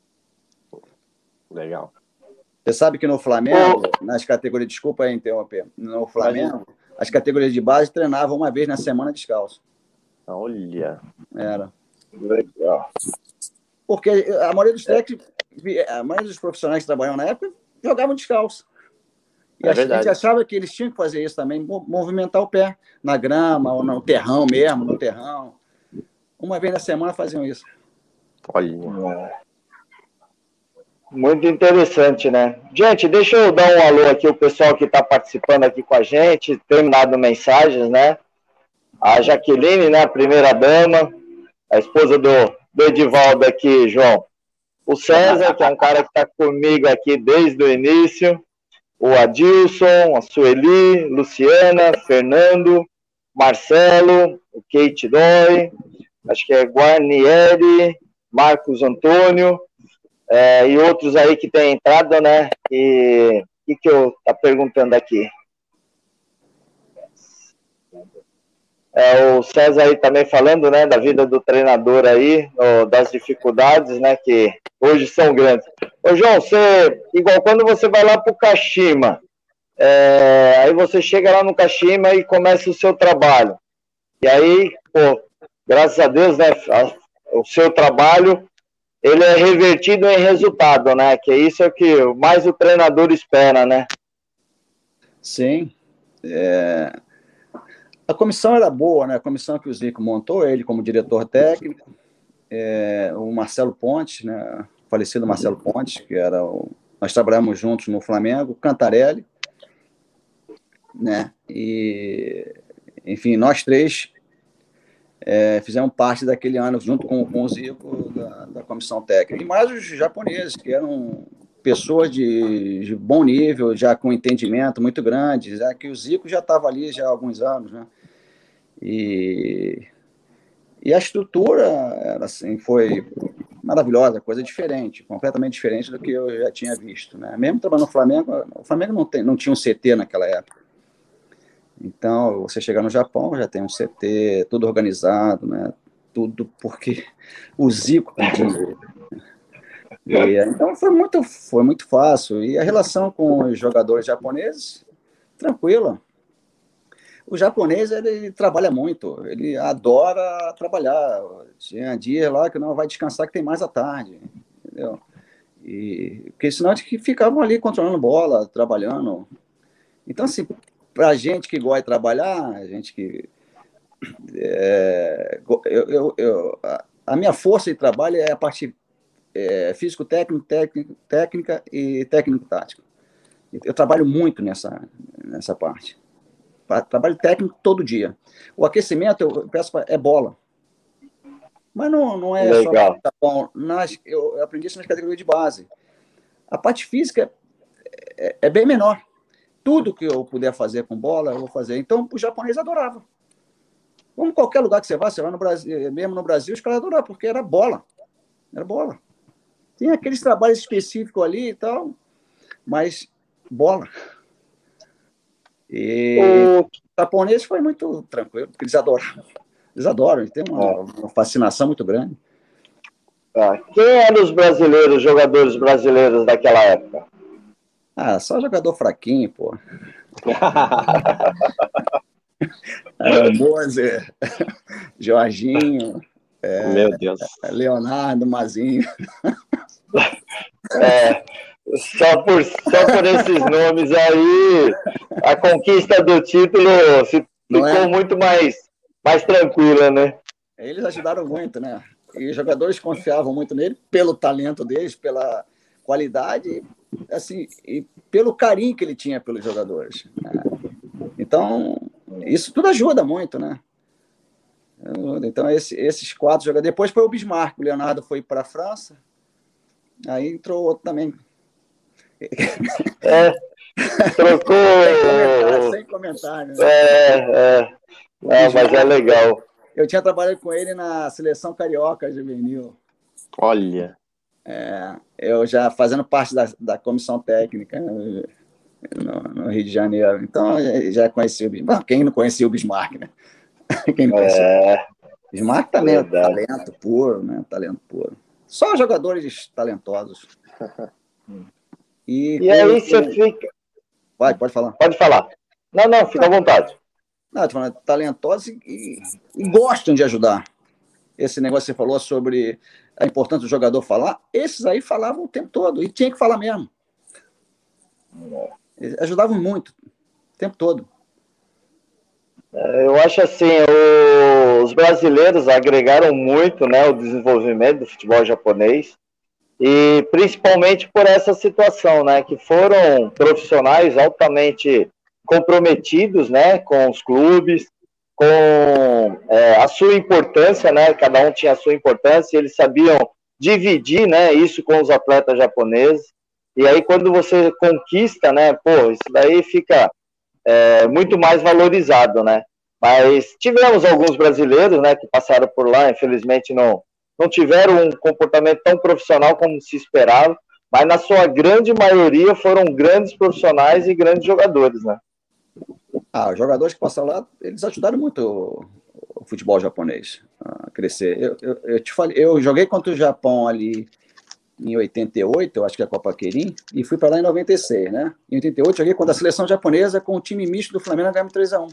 Legal. Você sabe que no Flamengo, nas categorias, desculpa aí interromper, no Flamengo, as categorias de base treinavam uma vez na semana descalço. Olha. Era. Legal. Porque a maioria dos técnicos, a maioria dos profissionais que trabalhavam na época jogavam descalço. E a gente achava que eles tinham que fazer isso também, movimentar o pé na grama ou no terrão mesmo, no terrão. Uma vez na semana faziam isso. Olha. Muito interessante, né? Gente, deixa eu dar um alô aqui, o pessoal que está participando aqui com a gente, terminado mensagens, né? A Jaqueline, né, a primeira dama, a esposa do Edivaldo aqui, João. O César, que é um cara que está comigo aqui desde o início. O Adilson, a Sueli, Luciana, Fernando, Marcelo, o Kate Dói, acho que é Guarnieri, Marcos Antônio, e outros aí que têm entrado, né? E o que eu estou perguntando aqui? O César aí também falando, né, da vida do treinador aí, das dificuldades, né, que hoje são grandes. Ô, João, igual quando você vai lá para o Kashima, aí você chega lá no Kashima e começa o seu trabalho. E aí, pô, graças a Deus, né, o seu trabalho, ele é revertido em resultado, né, que isso é o que mais o treinador espera, né? Sim. A comissão era boa, né? A comissão que o Zico montou, ele como diretor técnico, o Marcelo Pontes, né? O falecido Marcelo Pontes, que era nós trabalhamos juntos no Flamengo, Cantarelli, né? E, enfim, nós três fizemos parte daquele ano, junto com o Zico, da comissão técnica. E mais os japoneses, que eram pessoas de bom nível, já com entendimento muito grande, já que o Zico já estava ali já há alguns anos, né? E a estrutura era assim, foi maravilhosa, coisa diferente, completamente diferente do que eu já tinha visto, né? Mesmo trabalhando no Flamengo, o Flamengo não tinha um CT naquela época. Então, você chegar no Japão, já tem um CT, tudo organizado, né? Tudo porque o Zico pediu. Então, foi muito fácil. E a relação com os jogadores japoneses, tranquila. O japonês, ele trabalha muito, ele adora trabalhar. Tinha dia lá que não vai descansar, que tem mais à tarde, entendeu? Porque senão eles ficavam ali controlando bola, trabalhando. Então, assim, para a gente que gosta de trabalhar, a gente que... a minha força de trabalho é a parte físico-técnico, técnica e técnico-tático. Eu trabalho muito nessa parte. Trabalho técnico todo dia. O aquecimento, eu peço é bola. Mas não é legal. Só... Tá bom, eu aprendi isso nas categorias de base. A parte física é bem menor. Tudo que eu puder fazer com bola, eu vou fazer. Então, o japonês adorava. Como qualquer lugar que você vai no Brasil, mesmo no Brasil, os caras adoravam, porque era bola. Era bola. Tem aqueles trabalhos específicos ali e tal, mas bola. O japonês foi muito tranquilo, porque eles adoram, eles têm uma fascinação muito grande. Quem eram os brasileiros, jogadores brasileiros daquela época? Só jogador fraquinho, pô. Mozer, Jorginho, meu Deus. Leonardo, Mazinho. Só por esses nomes aí, a conquista do título ficou muito mais tranquila, né? Eles ajudaram muito, né? E os jogadores confiavam muito nele pelo talento deles, pela qualidade, assim, e pelo carinho que ele tinha pelos jogadores. Então, isso tudo ajuda muito, né? Então, esses 4 jogadores. Depois foi o Bismarck, o Leonardo foi para a França, aí entrou outro também. Trocou. Sem comentário. Né? Mas é legal. Eu tinha trabalhado com ele na seleção carioca juvenil. Olha. Eu já fazendo parte da comissão técnica, né, no Rio de Janeiro. Então, já conheci o Bismarck. Quem não conhecia o Bismarck, né? Quem não conhecia? Bismarck também é talento puro, né? Talento puro. Só jogadores talentosos. E aí você fica... Pode falar. Pode falar. Não, fica à vontade. Não, tô falando, talentosos e gostam de ajudar. esse negócio que você falou sobre a importância do jogador falar, esses aí falavam o tempo todo, e tinha que falar mesmo. Eles ajudavam muito, o tempo todo. Eu acho assim, os brasileiros agregaram muito, né, o desenvolvimento do futebol japonês, e principalmente por essa situação, né, que foram profissionais altamente comprometidos, né, com os clubes, com a sua importância, né, cada um tinha a sua importância, e eles sabiam dividir, né, isso com os atletas japoneses, e aí quando você conquista, né, pô, isso daí fica muito mais valorizado, né? Mas tivemos alguns brasileiros, né, que passaram por lá, infelizmente não tiveram um comportamento tão profissional como se esperava, mas na sua grande maioria foram grandes profissionais e grandes jogadores, né? Os jogadores que passaram lá, eles ajudaram muito o futebol japonês a crescer. Eu te falei, eu joguei contra o Japão ali em 88, eu acho que é a Copa Kirin, e fui para lá em 96, né? Em 88, joguei contra a seleção japonesa com o time misto do Flamengo, ganhamos 3-1.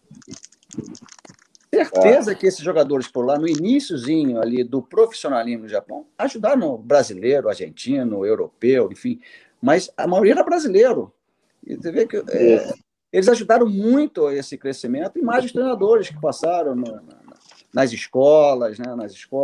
Certeza que esses jogadores por lá, no iniciozinho ali do profissionalismo no Japão, ajudaram o brasileiro, o argentino, o europeu, enfim, mas a maioria era brasileiro. E você vê que eles ajudaram muito esse crescimento, e mais os treinadores que passaram nas escolas, né?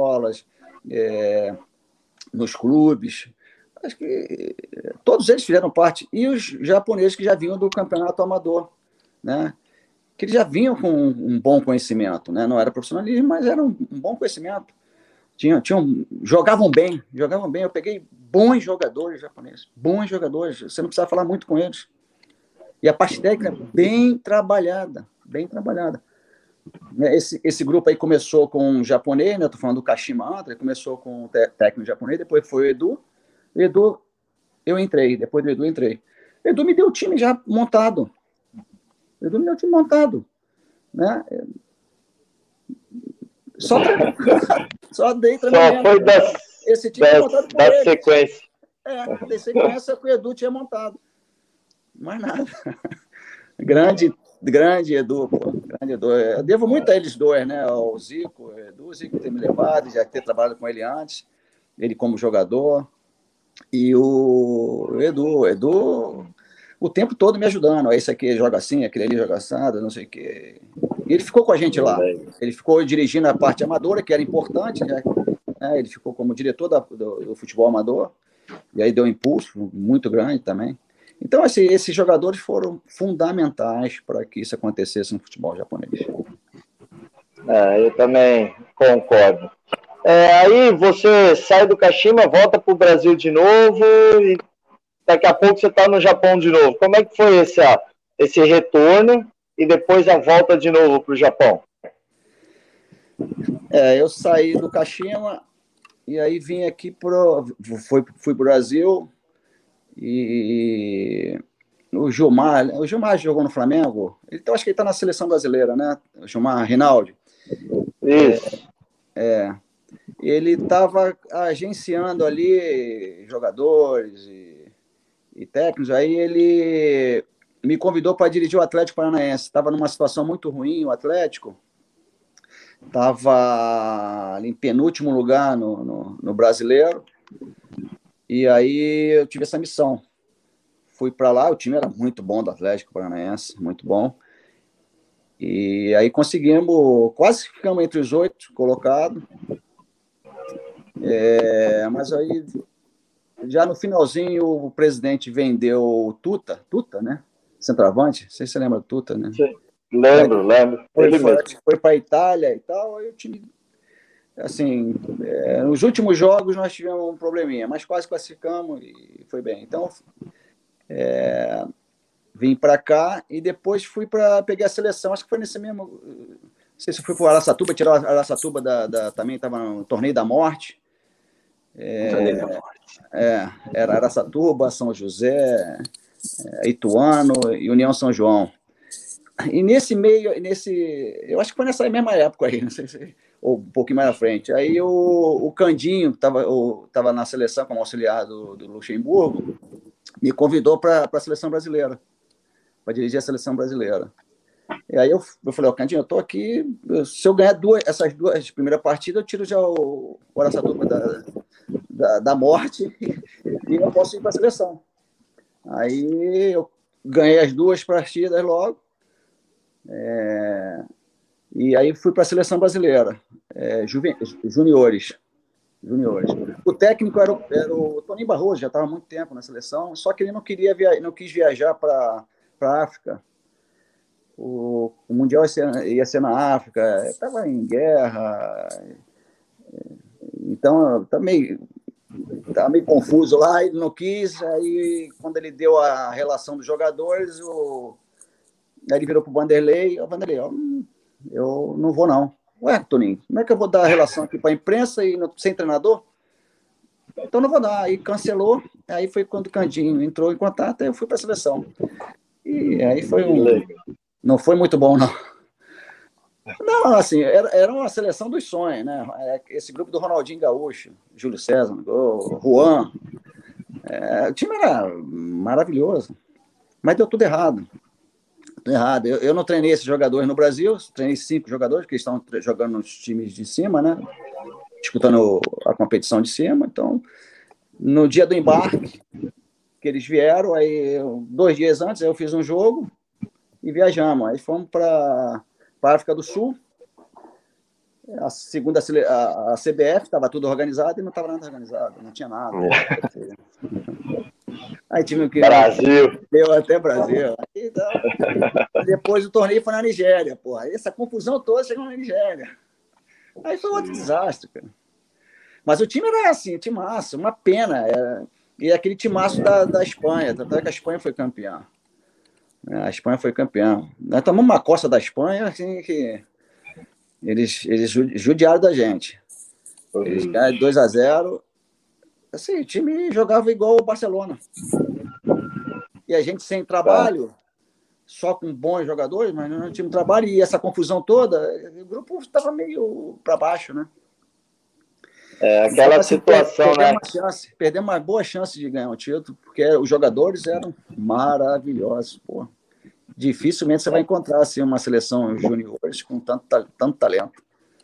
Nos clubes. Acho que todos eles fizeram parte. E os japoneses que já vinham do campeonato amador, né? Que eles já vinham com um bom conhecimento, né? Não era profissionalismo, mas era um bom conhecimento. Jogavam bem. Eu peguei bons jogadores japoneses, bons jogadores. Você não precisava falar muito com eles. E a parte técnica bem trabalhada, bem trabalhada. Esse grupo aí começou com um japonês, né? Estou falando do Kashima Antra, começou com um técnico japonês, depois foi o Edu. Eu entrei, depois do Edu entrei. O Edu me deu o time já montado. Né? Só dei treinamento. Só foi esse time montado por ele. Sequência. Dei sequência que o Edu tinha montado. Mais nada. Grande Edu, pô. Grande Edu. Eu devo muito a eles dois, né? Ao Zico, o Zico ter me levado, já ter trabalhado com ele antes, ele como jogador, e o Edu, o tempo todo me ajudando. Esse aqui joga assim, aquele ali joga assado, não sei o quê. E ele ficou com a gente lá. Ele ficou dirigindo a parte amadora, que era importante, né? Ele ficou como diretor do futebol amador, e aí deu um impulso muito grande também. Então, esses jogadores foram fundamentais para que isso acontecesse no futebol japonês. Eu também concordo. Aí você sai do Kashima, volta para o Brasil de novo e daqui a pouco você está no Japão de novo. Como é que foi esse retorno e depois a volta de novo para o Japão? Eu saí do Kashima e aí vim aqui fui para o Brasil. E o Gilmar jogou no Flamengo. Então, acho que ele está na seleção brasileira, né? O Gilmar Rinaldi. Isso. Ele estava agenciando ali jogadores e técnicos. Aí ele me convidou para dirigir o Atlético Paranaense. Estava numa situação muito ruim, o Atlético. Estava em penúltimo lugar no Brasileiro. E aí eu tive essa missão. Fui para lá, o time era muito bom do Atlético Paranaense, muito bom. E aí quase ficamos entre os 8 colocados. Mas aí, já no finalzinho, o presidente vendeu o Tuta, né? Centroavante, não sei se você lembra do Tuta, né? Sim, lembro. Foi para a Itália e tal, aí o time... Assim, nos últimos jogos nós tivemos um probleminha, mas quase classificamos e foi bem. Então, vim para cá e depois peguei a seleção. Acho que foi nesse mesmo... Não sei se fui para o Araçatuba, tirar o Araçatuba também estava no Torneio da Morte. Era Araçatuba, São José, Ituano e União São João. E nesse meio, eu acho que foi nessa mesma época aí, não sei se... ou um pouquinho mais à frente. Aí o Candinho, que estava na seleção como auxiliar do Luxemburgo, me convidou para a seleção brasileira, para dirigir a seleção brasileira. E aí eu falei, Candinho, eu tô aqui, se eu ganhar essas duas primeiras partidas, eu tiro já o Araçatuba da morte e eu posso ir para a seleção. Aí eu ganhei as duas partidas logo, e aí fui para a seleção brasileira, juniores. O técnico era o Toninho Barroso, já estava há muito tempo na seleção, só que ele não quis viajar para a África. O Mundial ia ser na África, estava em guerra, então estava meio confuso lá, ele não quis, aí quando ele deu a relação dos jogadores, aí ele virou para o Vanderlei, eu não vou não. Ué, Toninho, como é que eu vou dar a relação aqui para a imprensa e sem treinador? Então não vou dar. Aí cancelou, aí foi quando o Candinho entrou em contato, aí eu fui para a seleção. E aí não foi muito bom, não. Não, assim, era uma seleção dos sonhos, né? Esse grupo do Ronaldinho Gaúcho, Júlio César, Juan. O time era maravilhoso, mas deu tudo errado. Eu não treinei esses jogadores no Brasil, treinei 5 jogadores que estão jogando nos times de cima, né? Disputando a competição de cima. Então, no dia do embarque, que eles vieram, aí 2 dias antes eu fiz um jogo e viajamos. Aí fomos para a África do Sul. A CBF estava tudo organizado e não estava nada organizado, não tinha nada. Aí time que Brasil. Deu até Brasil. Aí, então, depois o torneio foi na Nigéria, porra. Essa confusão toda chegou na Nigéria. Aí foi outro desastre, cara. Mas o time era assim, timaço, uma pena. E aquele timaço da Espanha, tanto é que a Espanha foi campeã. A Espanha foi campeã. Nós tomamos uma costa da Espanha, assim, que eles judiaram da gente. Eles ganharam 2-0. Assim, o time jogava igual o Barcelona. E a gente sem trabalho, só com bons jogadores, mas não tinha trabalho, e essa confusão toda, o grupo estava meio para baixo, né? Aquela situação, né? Perdemos uma boa chance de ganhar um título, porque os jogadores eram maravilhosos, pô. Dificilmente você vai encontrar assim, uma seleção juniores com tanto talento.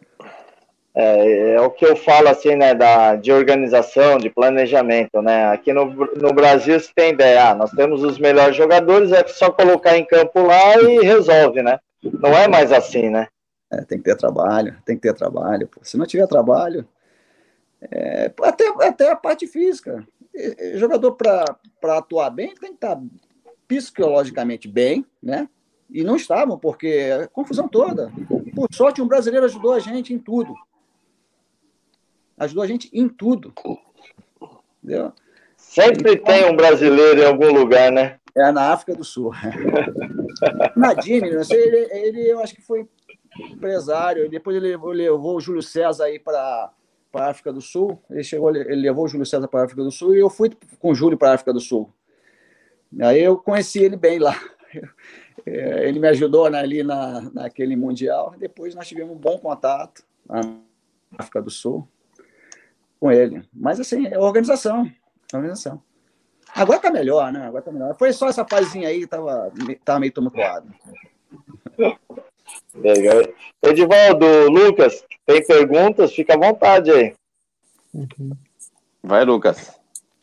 É o que eu falo assim, né, de organização, de planejamento, né? Aqui no Brasil você tem ideia, nós temos os melhores jogadores, é só colocar em campo lá e resolve, né? Não é mais assim, né? Tem que ter trabalho. Pô. Se não tiver trabalho, até a parte física. Jogador para atuar bem tem que estar psicologicamente bem, né? E não estavam, porque a confusão toda. Por sorte, um brasileiro ajudou a gente em tudo. Entendeu? Sempre tem um brasileiro em algum lugar, né? Na África do Sul. Nadine, ele eu acho que foi empresário, depois ele levou o Júlio César aí para a África do Sul, ele levou o Júlio César para a África do Sul e eu fui com o Júlio para a África do Sul. Aí eu conheci ele bem lá. Ele me ajudou ali naquele Mundial, depois nós tivemos um bom contato na África do Sul com ele. Mas, assim, é organização. Agora tá melhor, né? Foi só essa fasezinha aí que tava meio tumultuado. Legal. Edivaldo, Lucas, tem perguntas? Fica à vontade aí. Vai, Lucas.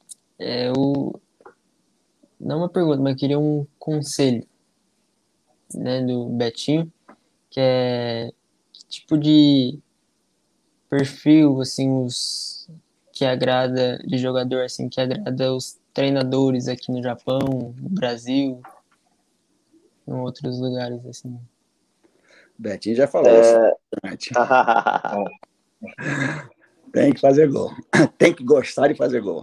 Não uma pergunta, mas eu queria um conselho, né, do Betinho, que é que tipo de perfil, assim, que agrada de jogador, assim, que agrada os treinadores aqui no Japão, no Brasil, em outros lugares, assim. Betinho já falou isso. Tem que fazer gol. Tem que gostar de fazer gol.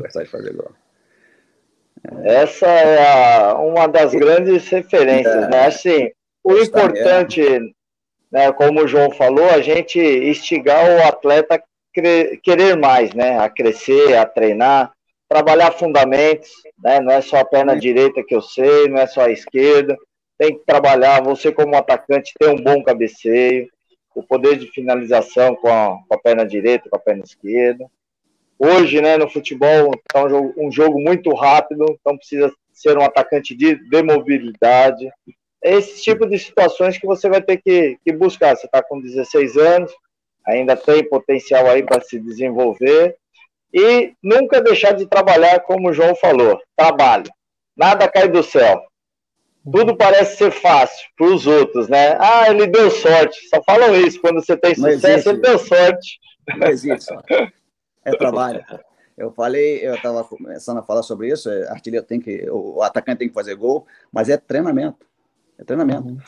Essa é uma das grandes referências, né? Assim, o importante, né, como o João falou, a gente instigar o atleta a querer mais, né? A crescer, a treinar, trabalhar fundamentos, né? Não é só a perna direita que eu sei, não é só a esquerda. Tem que trabalhar, você como atacante, ter um bom cabeceio, o poder de finalização com a perna direita, com a perna esquerda. Hoje, né, no futebol, é um jogo muito rápido, então precisa ser um atacante de mobilidade, é esse tipo de situações que você vai ter que buscar. Você está com 16 anos, ainda tem potencial aí para se desenvolver, e nunca deixar de trabalhar, como o João falou, trabalho. Nada cai do céu. Tudo parece ser fácil para os outros, né? Ah, ele deu sorte. Só falam isso. Quando você tem sucesso, ele deu sorte. Não existe sorte. É trabalho. Eu estava começando a falar sobre isso. Artilheiro o atacante tem que fazer gol, mas é treinamento. É treinamento.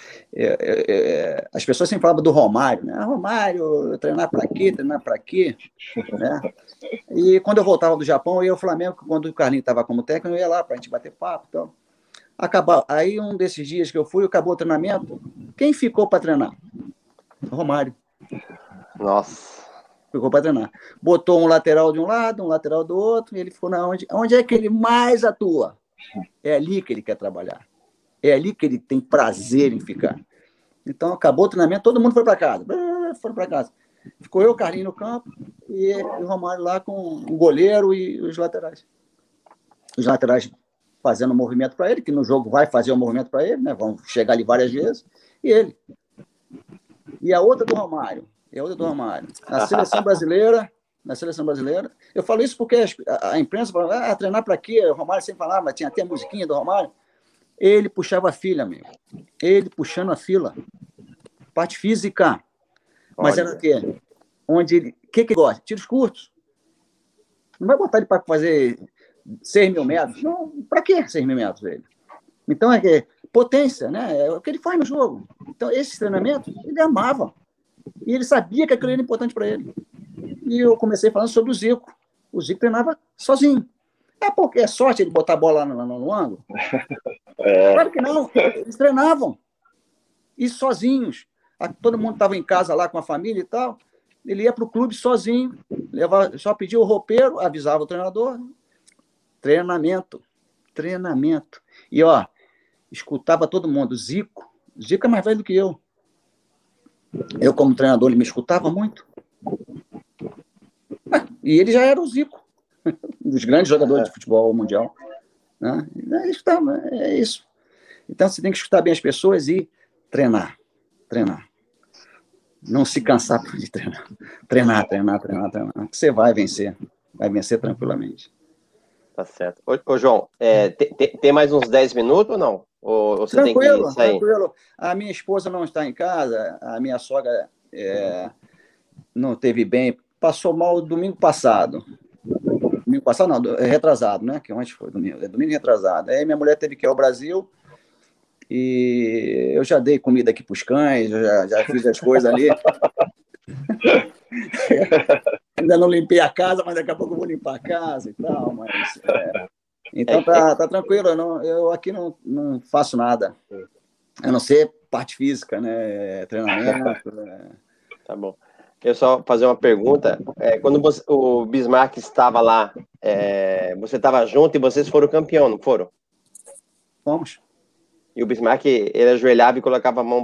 As pessoas sempre falavam do Romário, né? Romário, treinar para quê? Treinar para quê? Né? E quando eu voltava do Japão, eu ia ao Flamengo, quando o Carlinhos estava como técnico, eu ia lá para a gente bater papo e tal. Aí um desses dias que eu fui, acabou o treinamento. Quem ficou para treinar? Romário. Nossa. Ficou para treinar. Botou um lateral de um lado, um lateral do outro, e ele ficou onde é que ele mais atua? É ali que ele quer trabalhar. É ali que ele tem prazer em ficar. Então, acabou o treinamento, todo mundo foi para casa. Foram para casa. Ficou eu, o Carlinhos, no campo, e o Romário lá com o goleiro e os laterais. Os laterais fazendo um movimento para ele, que no jogo vai fazer um movimento para ele, né? Vão chegar ali várias vezes, e ele. E a outra do Romário. Na seleção brasileira, eu falo isso porque a imprensa fala, treinar para quê? O Romário sempre falava, mas tinha até a musiquinha do Romário. Ele puxava a fila, amigo. Ele puxando a fila. Parte física. Mas era o quê? Onde ele... O que ele gosta? Tiros curtos. Não vai botar ele para fazer 6 mil metros. Não, para que 6 mil metros ele? Então, potência, né? É o que ele faz no jogo. Então, esse treinamento, ele amava. E ele sabia que aquilo era importante para ele. E eu comecei falando sobre o Zico. O Zico treinava sozinho. É porque é sorte ele botar a bola no ângulo? Claro que não. Eles treinavam. E sozinhos. Todo mundo estava em casa lá com a família e tal. Ele ia para o clube sozinho. Só pedia o roupeiro, avisava o treinador. Treinamento. E, escutava todo mundo. Zico é mais velho do que eu. Eu, como treinador, ele me escutava muito. E ele já era o Zico, um dos grandes jogadores de futebol mundial. Né? É isso. Então, você tem que escutar bem as pessoas e treinar. Não se cansar de treinar. Treinar. Você vai vencer. Vai vencer tranquilamente. Tá certo. Ô João, tem mais uns 10 minutos ou não? Ou você tem que sair? Tranquilo. A minha esposa não está em casa, a minha sogra não teve bem, passou mal domingo passado. Domingo passado não, retrasado, né? Que ontem foi domingo retrasado. Aí minha mulher teve que ir ao Brasil e eu já dei comida aqui para os cães, já fiz as coisas ali. Ainda não limpei a casa, mas daqui a pouco eu vou limpar a casa e tal, mas... Então tá tranquilo, eu aqui não faço nada, a não ser parte física, né? Treinamento. Tá bom. Eu só fazer uma pergunta. Quando o Bismarck estava lá, você estava junto e vocês foram campeão, não foram? Fomos. E o Bismarck, ele ajoelhava e colocava a mão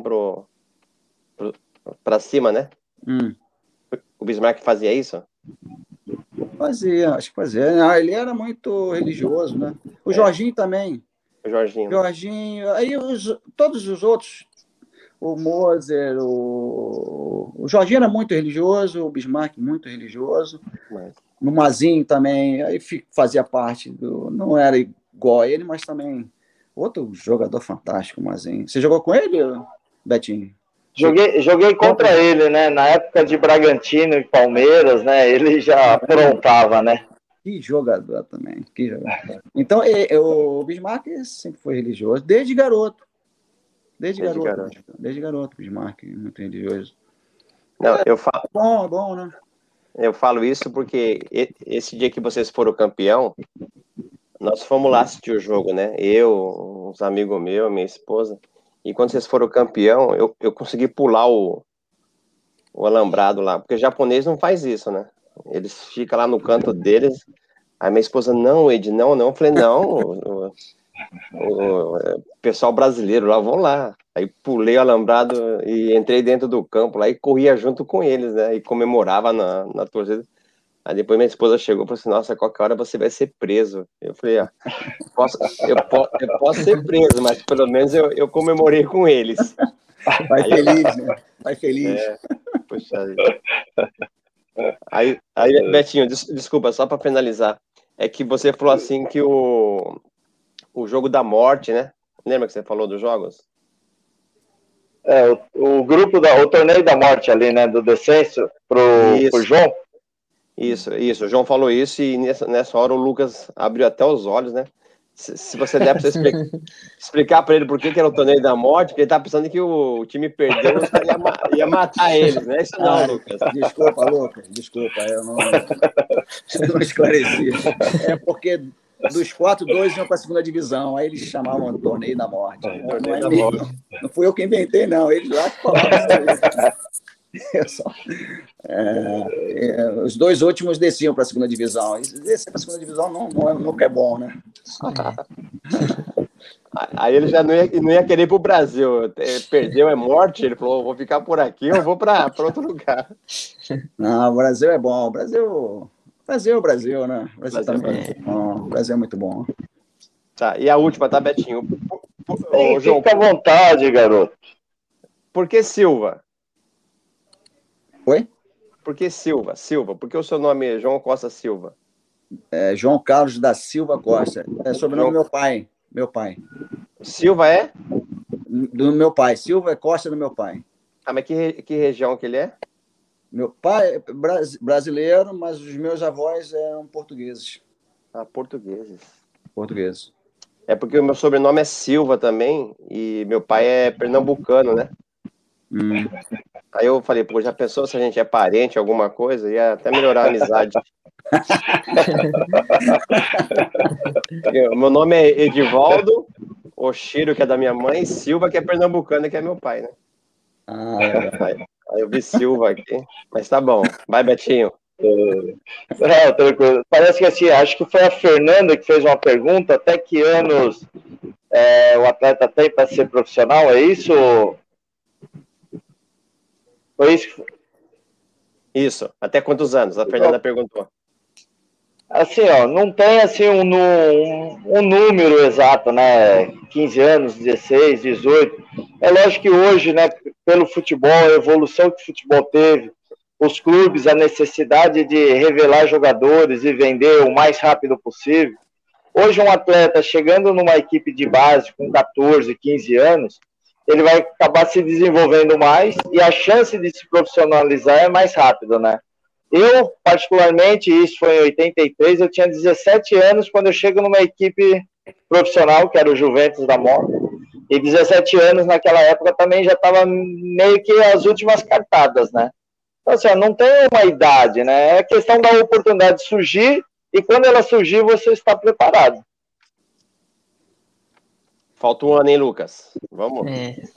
para cima, né? O Bismarck fazia isso? Acho que fazia. Ele era muito religioso, né? O Jorginho também. O Jorginho. Aí todos os outros, o Moser, o Jorginho era muito religioso, o Bismarck muito religioso. O Mazinho também, aí fazia parte do... Não era igual a ele, mas também outro jogador fantástico, o Mazinho. Você jogou com ele, Betinho? Joguei contra ele, né? Na época de Bragantino e Palmeiras, né? Ele já aprontava, né? Que jogador também. Então, o Bismarck sempre foi religioso, desde garoto. Desde garoto, Bismarck, muito religioso. Não, eu falo... É bom, né? Eu falo isso porque esse dia que vocês foram campeão, nós fomos lá assistir o jogo, né? Eu, uns amigos meus, minha esposa... E quando vocês foram campeão, eu consegui pular o alambrado lá, porque o japonês não faz isso, né? Eles ficam lá no canto deles. Aí minha esposa, não, Ed, não. Eu falei, não, o pessoal brasileiro lá, vão lá. Aí pulei o alambrado e entrei dentro do campo lá e corria junto com eles, né? E comemorava na torcida. Aí depois minha esposa chegou e falou assim, nossa, qualquer hora você vai ser preso. Eu falei, eu posso ser preso, mas pelo menos eu comemorei com eles. Vai feliz, né? Vai feliz. Puxa vida. Aí Betinho, desculpa, só para finalizar, é que você falou assim que o jogo da morte, né? Lembra que você falou dos jogos? O grupo o torneio da morte ali, né? Do descenso pro João. Isso, o João falou isso e nessa hora o Lucas abriu até os olhos, né? Se você der para você explicar para ele por que era o torneio da morte, porque ele tá pensando que o time perdeu, os caras ia matar eles, né? Isso não, Lucas. Desculpa, Lucas, desculpa, eu não esclareci. É porque dos 4, 2 iam para a segunda divisão, aí eles chamavam de torneio da morte. Não fui eu que inventei, não, eles lá que falavam isso aí. Os 2 últimos desciam para a segunda divisão. Descer para a segunda divisão nunca é bom, né? Aí ele já não ia querer ir para o Brasil. Perdeu, é morte. Ele falou: vou ficar por aqui, eu vou para outro lugar. Não, o Brasil é bom. O Brasil, né? O Brasil também é bom. O Brasil é muito bom. Tá, e a última, tá, Betinho? João, fica à vontade, garoto. Por que Silva? Oi? Por que Silva? Por que o seu nome é João Costa Silva? João Carlos da Silva Costa. É sobrenome do meu pai. Silva é? Do meu pai. Silva é Costa do meu pai. Ah, mas que região que ele é? Meu pai é brasileiro, mas os meus avós eram portugueses. Ah, portugueses. Portugueses. É porque o meu sobrenome é Silva também, e meu pai é pernambucano, né? Aí eu falei, pô, já pensou se a gente é parente, alguma coisa? Ia até melhorar a amizade. Meu nome é Edivaldo, Oshiro, que é da minha mãe, e Silva, que é pernambucano, que é meu pai, né? Aí eu vi Silva aqui, mas tá bom. Vai, Betinho. Tranquilo. Parece que assim, acho que foi a Fernanda que fez uma pergunta, até que anos o atleta tem para ser profissional, é isso? Foi isso? Isso, até quantos anos? A Fernanda perguntou. Assim, não tem assim um número exato, né? 15 anos, 16, 18. É lógico que hoje, né, pelo futebol, a evolução que o futebol teve, os clubes, a necessidade de revelar jogadores e vender o mais rápido possível. Hoje, um atleta chegando numa equipe de base com 14, 15 anos, ele vai acabar se desenvolvendo mais e a chance de se profissionalizar é mais rápido, né? Eu, particularmente, isso foi em 83, eu tinha 17 anos quando eu chego numa equipe profissional, que era o Juventus da Moca, e 17 anos naquela época também já estava meio que as últimas cartadas, né? Então, assim, não tem uma idade, né? É questão da oportunidade de surgir e quando ela surgir, você está preparado. Falta um ano, hein, Lucas? Vamos.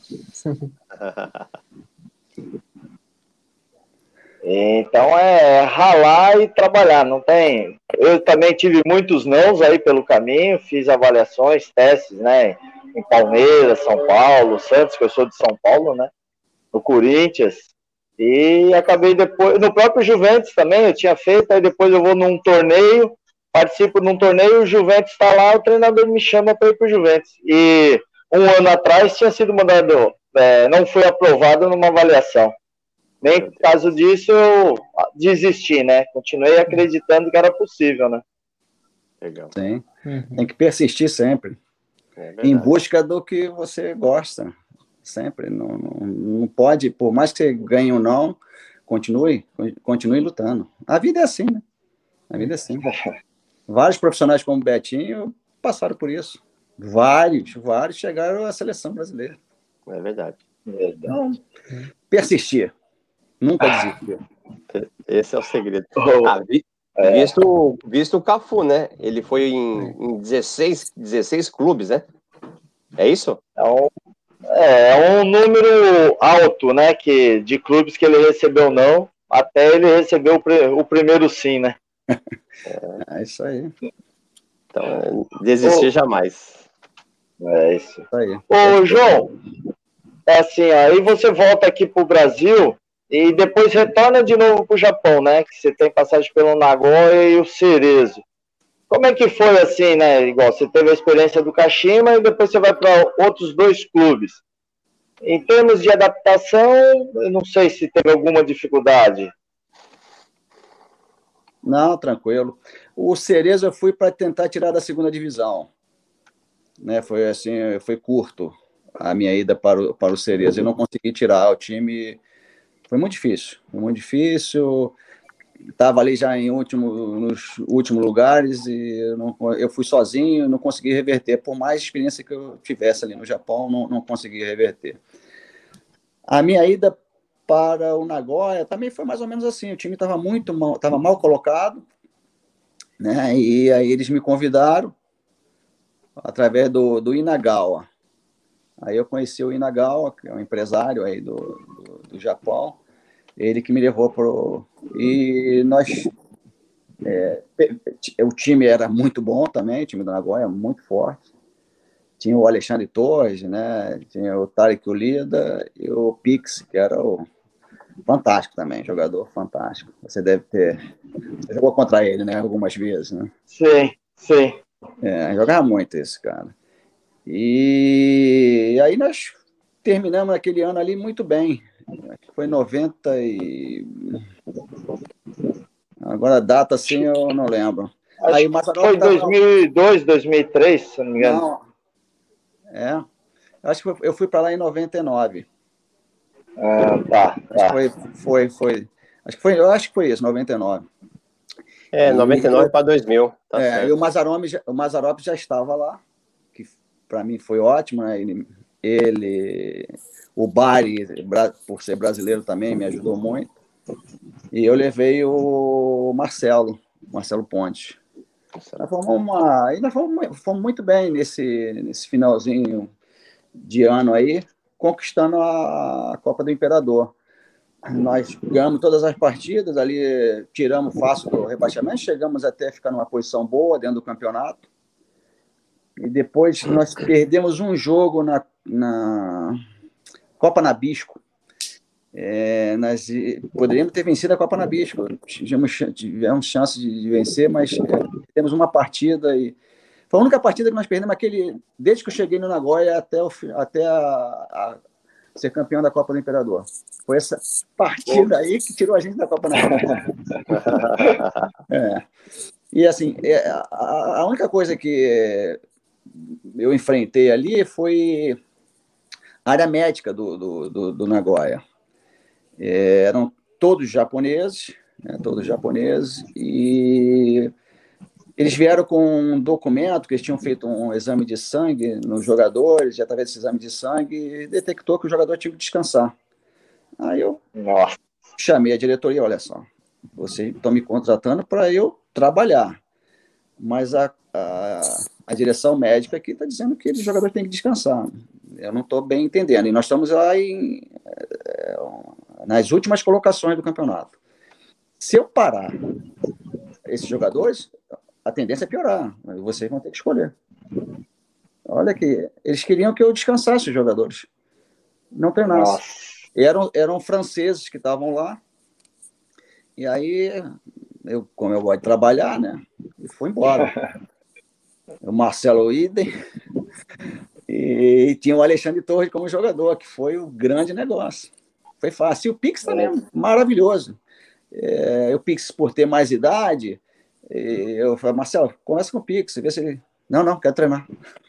Então é ralar e trabalhar, não tem. Eu também tive muitos nãos aí pelo caminho, fiz avaliações, testes, né? Em Palmeiras, São Paulo, Santos, que eu sou de São Paulo, né? No Corinthians. E acabei depois, no próprio Juventus também, eu tinha feito, aí depois eu vou num torneio, participo num torneio, o Juventus está lá, o treinador me chama para ir para o Juventus. E um ano atrás tinha sido mandado, não foi aprovado numa avaliação. Nem por causa disso eu desisti, né? Continuei acreditando que era possível, né? Legal. Sim. Tem que persistir sempre. Em busca do que você gosta. Sempre. Não pode, por mais que você ganhe ou não, continue lutando. A vida é assim, né? A vida é assim. Vários profissionais como o Betinho passaram por isso. Vários chegaram à seleção brasileira. É verdade. Então, persistir. Nunca desistir. Esse é o segredo. Visto o Cafu, né? Ele foi em 16 clubes, né? É isso? É um número alto, né? De clubes que ele recebeu não, até ele recebeu o primeiro sim, né? É isso aí. Então, desistir jamais. É isso aí. Ô, João, assim, aí você volta aqui pro Brasil, e depois retorna de novo para o Japão, né? Que você tem passagem pelo Nagoya e o Cerezo. Como é que foi assim, né? Igual você teve a experiência do Kashima e depois você vai para outros 2 clubes. Em termos de adaptação, eu não sei se teve alguma dificuldade. Não, tranquilo. O Cerezo eu fui para tentar tirar da segunda divisão, né? Foi assim, foi curto a minha ida para o Cerezo. Eu não consegui tirar o time. Foi muito difícil. Foi muito difícil. Estava ali já nos últimos lugares e eu fui sozinho, não consegui reverter. Por mais experiência que eu tivesse ali no Japão, não consegui reverter. A minha ida para o Nagoya também foi mais ou menos assim. O time estava mal colocado, né? E aí eles me convidaram através do Inagawa. Aí eu conheci o Inagawa, que é um empresário aí do Japão. Ele que me levou e nós o time era muito bom também, o time do Nagoya muito forte. Tinha o Alexandre Torres, né? Tinha o Tarek Ulida e o Pix, que era fantástico também, jogador fantástico. Você jogou contra ele, né? Algumas vezes, né? Sim, sim. Jogava muito esse cara. E aí nós terminamos aquele ano ali muito bem. Foi 90 e... Agora a data, assim, eu não lembro. Acho que foi 2002, 2003, se não me engano. Não, acho que eu fui para lá em 99. Tá. Eu acho que foi isso, 99. 99 para 2000. Tá certo. E o Mazarop já estava lá, que para mim foi ótimo, né? O Bari, por ser brasileiro também, me ajudou muito. E eu levei o Marcelo Ponte. Nós fomos muito bem nesse finalzinho de ano aí, conquistando a Copa do Imperador. Nós ganhamos todas as partidas, ali tiramos fácil do rebaixamento, chegamos até ficar numa posição boa dentro do campeonato. E depois nós perdemos um jogo na Copa Nabisco. Nós poderíamos ter vencido a Copa Nabisco, tivemos chance de vencer, mas temos uma partida e foi a única partida que nós perdemos desde que eu cheguei no Nagoya até a ser campeão da Copa do Imperador. Foi essa partida aí que tirou a gente da Copa Nagoya. E assim, a única coisa que eu enfrentei ali foi a área médica do Nagoya. Eram todos japoneses, né, e eles vieram com um documento que eles tinham feito um exame de sangue nos jogadores, e através desse exame de sangue detectou que o jogador tinha que descansar. Aí eu chamei a diretoria, olha só, vocês estão me contratando para eu trabalhar, mas a direção médica aqui está dizendo que o jogador tem que descansar. Eu não estou bem entendendo. E nós estamos lá nas últimas colocações do campeonato. Se eu parar esses jogadores, a tendência é piorar. Vocês vão ter que escolher. Olha que eles queriam que eu descansasse os jogadores. Não treinasse. Eram franceses que estavam lá. E aí, como eu gosto de trabalhar, né? Eu fui embora. O Marcelo idem. E tinha o Alexandre Torres como jogador, que foi o grande negócio. Foi fácil. E o Pix também, maravilhoso. O Pix, por ter mais idade, eu falei, Marcelo, conversa com o Pix, vê se ele... Não, quero treinar.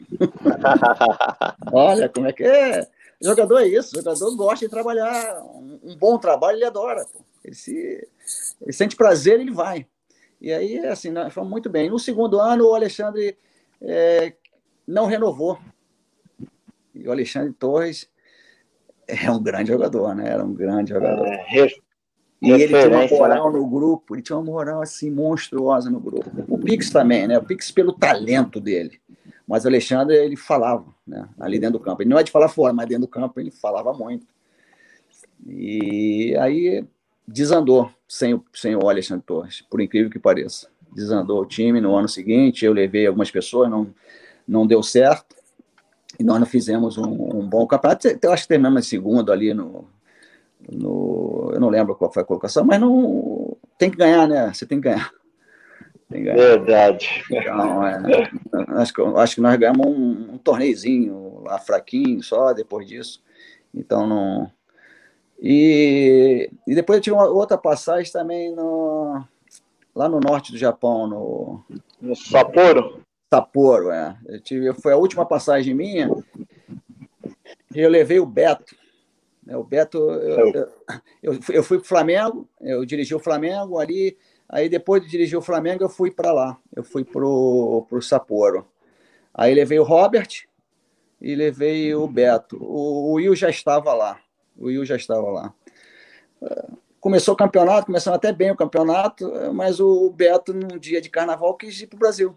Olha como é que é. Jogador é isso, jogador gosta de trabalhar. Um bom trabalho ele adora. Pô. Ele sente prazer, ele vai. E aí, assim, nós fomos muito bem. No segundo ano, o Alexandre não renovou. E o Alexandre Torres é um grande jogador, né? Era um grande jogador. E ele tinha uma moral no grupo, ele tinha uma moral assim monstruosa no grupo. O Pix também, né? O Pix pelo talento dele. Mas o Alexandre, ele falava, né? Ali dentro do campo. Ele não é de falar fora, mas dentro do campo ele falava muito. E aí desandou sem o Alexandre Torres, por incrível que pareça. Desandou o time no ano seguinte, eu levei algumas pessoas, não deu certo. E nós não fizemos um bom campeonato. Eu acho que terminamos em segundo ali eu não lembro qual foi a colocação, mas não tem que ganhar, né? Você tem que ganhar. Tem que ganhar. Verdade. Então, acho que nós ganhamos um torneiozinho lá fraquinho só depois disso. Então, não. E depois eu tive uma outra passagem também lá no norte do Japão, no Sapporo? Sapporo, foi a última passagem minha. E eu levei o Beto. O Beto, eu fui para o Flamengo, eu dirigi o Flamengo ali. Aí depois de dirigir o Flamengo, eu fui para lá. Eu fui para o Sapporo. Aí levei o Robert e levei o Beto. O Will já estava lá. Começou o campeonato, começando até bem o campeonato, mas o Beto, num dia de carnaval, quis ir para o Brasil.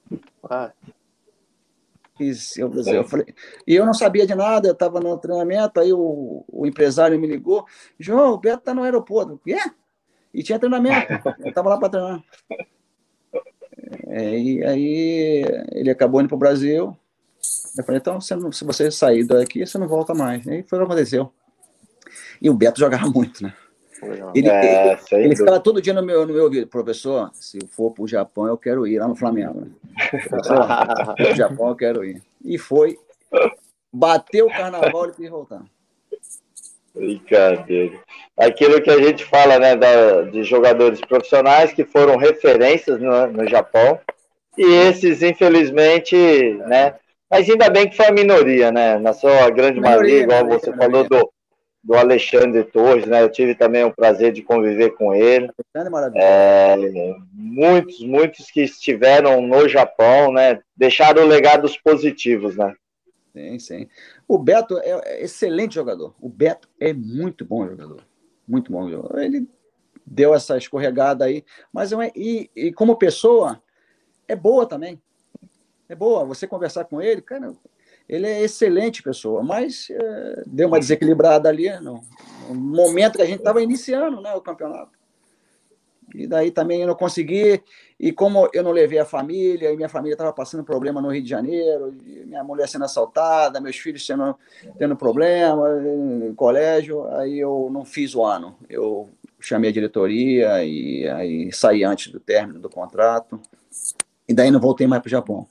Quis ir ao Brasil. Eu falei, e eu não sabia de nada, eu estava no treinamento, aí o empresário me ligou, João, o Beto está no aeroporto. O quê? E tinha treinamento, eu estava lá para treinar. E aí ele acabou indo para o Brasil. Eu falei, então, se você sair daqui, você não volta mais. E aí foi o que aconteceu. E o Beto jogava muito, né? Ele ficava todo dia no meu ouvido, professor, se eu for para o Japão, eu quero ir lá no Flamengo. Né? Para o Japão, eu quero ir. E foi. Bateu o carnaval e quis voltar. Brincadeira. Aquilo que a gente fala, né, de jogadores profissionais que foram referências no Japão, e esses, infelizmente, né, mas ainda bem que foi a minoria, né, na sua grande maioria, igual você falou do Alexandre Torres, né, eu tive também o prazer de conviver com ele. Muitos que estiveram no Japão, né, deixaram legados positivos, né. Sim. O Beto é excelente jogador. O Beto é muito bom jogador. Muito bom jogador. Ele deu essa escorregada aí, mas e como pessoa, é boa também. É boa. Você conversar com ele, cara, ele é excelente pessoa, mas deu uma desequilibrada ali no momento que a gente estava iniciando, né, o campeonato. E daí também eu não consegui, e como eu não levei a família, e minha família estava passando problema no Rio de Janeiro, minha mulher sendo assaltada, meus filhos tendo problema no colégio, aí eu não fiz o ano. Eu chamei a diretoria e aí saí antes do término do contrato, e daí não voltei mais para o Japão.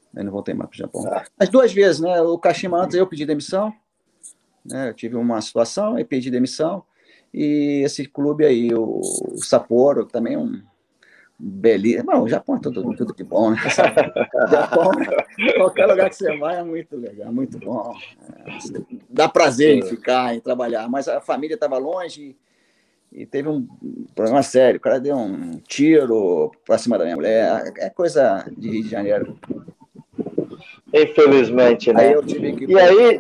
As 2 vezes, né? O Kashima, antes eu pedi demissão, né? Eu tive uma situação e pedi demissão. E esse clube aí, o Sapporo, também é um belíssimo. Bom, o Japão é tudo de bom, né? O Japão, qualquer lugar que você vai é muito legal, muito bom. Dá prazer em ficar, em trabalhar. Mas a família estava longe e teve um problema sério. O cara deu um tiro para cima da minha mulher. É coisa de Rio de Janeiro. Infelizmente, né? Aí eu tive que... E aí...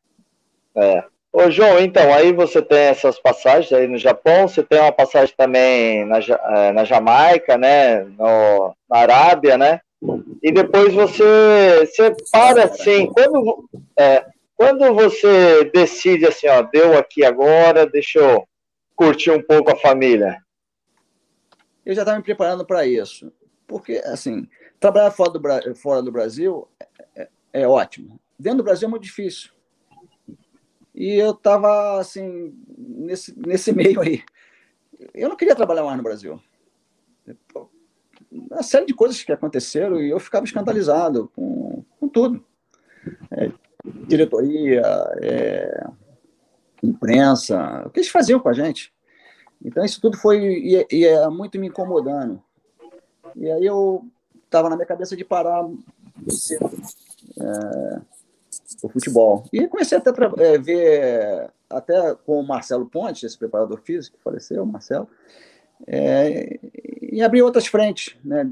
Ô, João, então, aí você tem essas passagens aí no Japão, você tem uma passagem também na Jamaica, né, na Arábia, né, e depois você para assim, quando você decide assim, ó, deu aqui agora, deixa eu curtir um pouco a família. Eu já estava me preparando para isso, porque, assim, trabalhar fora do Brasil é ótimo. Dentro do Brasil é muito difícil. E eu estava, assim, nesse meio aí. Eu não queria trabalhar mais no Brasil. Uma série de coisas que aconteceram e eu ficava escandalizado com tudo. Diretoria, imprensa, o que eles faziam com a gente. Então, isso tudo ia muito me incomodando. E aí eu estava na minha cabeça de parar o futebol. E comecei até a ver, até com o Marcelo Ponte, esse preparador físico que faleceu, o Marcelo, e abrir outras frentes, né,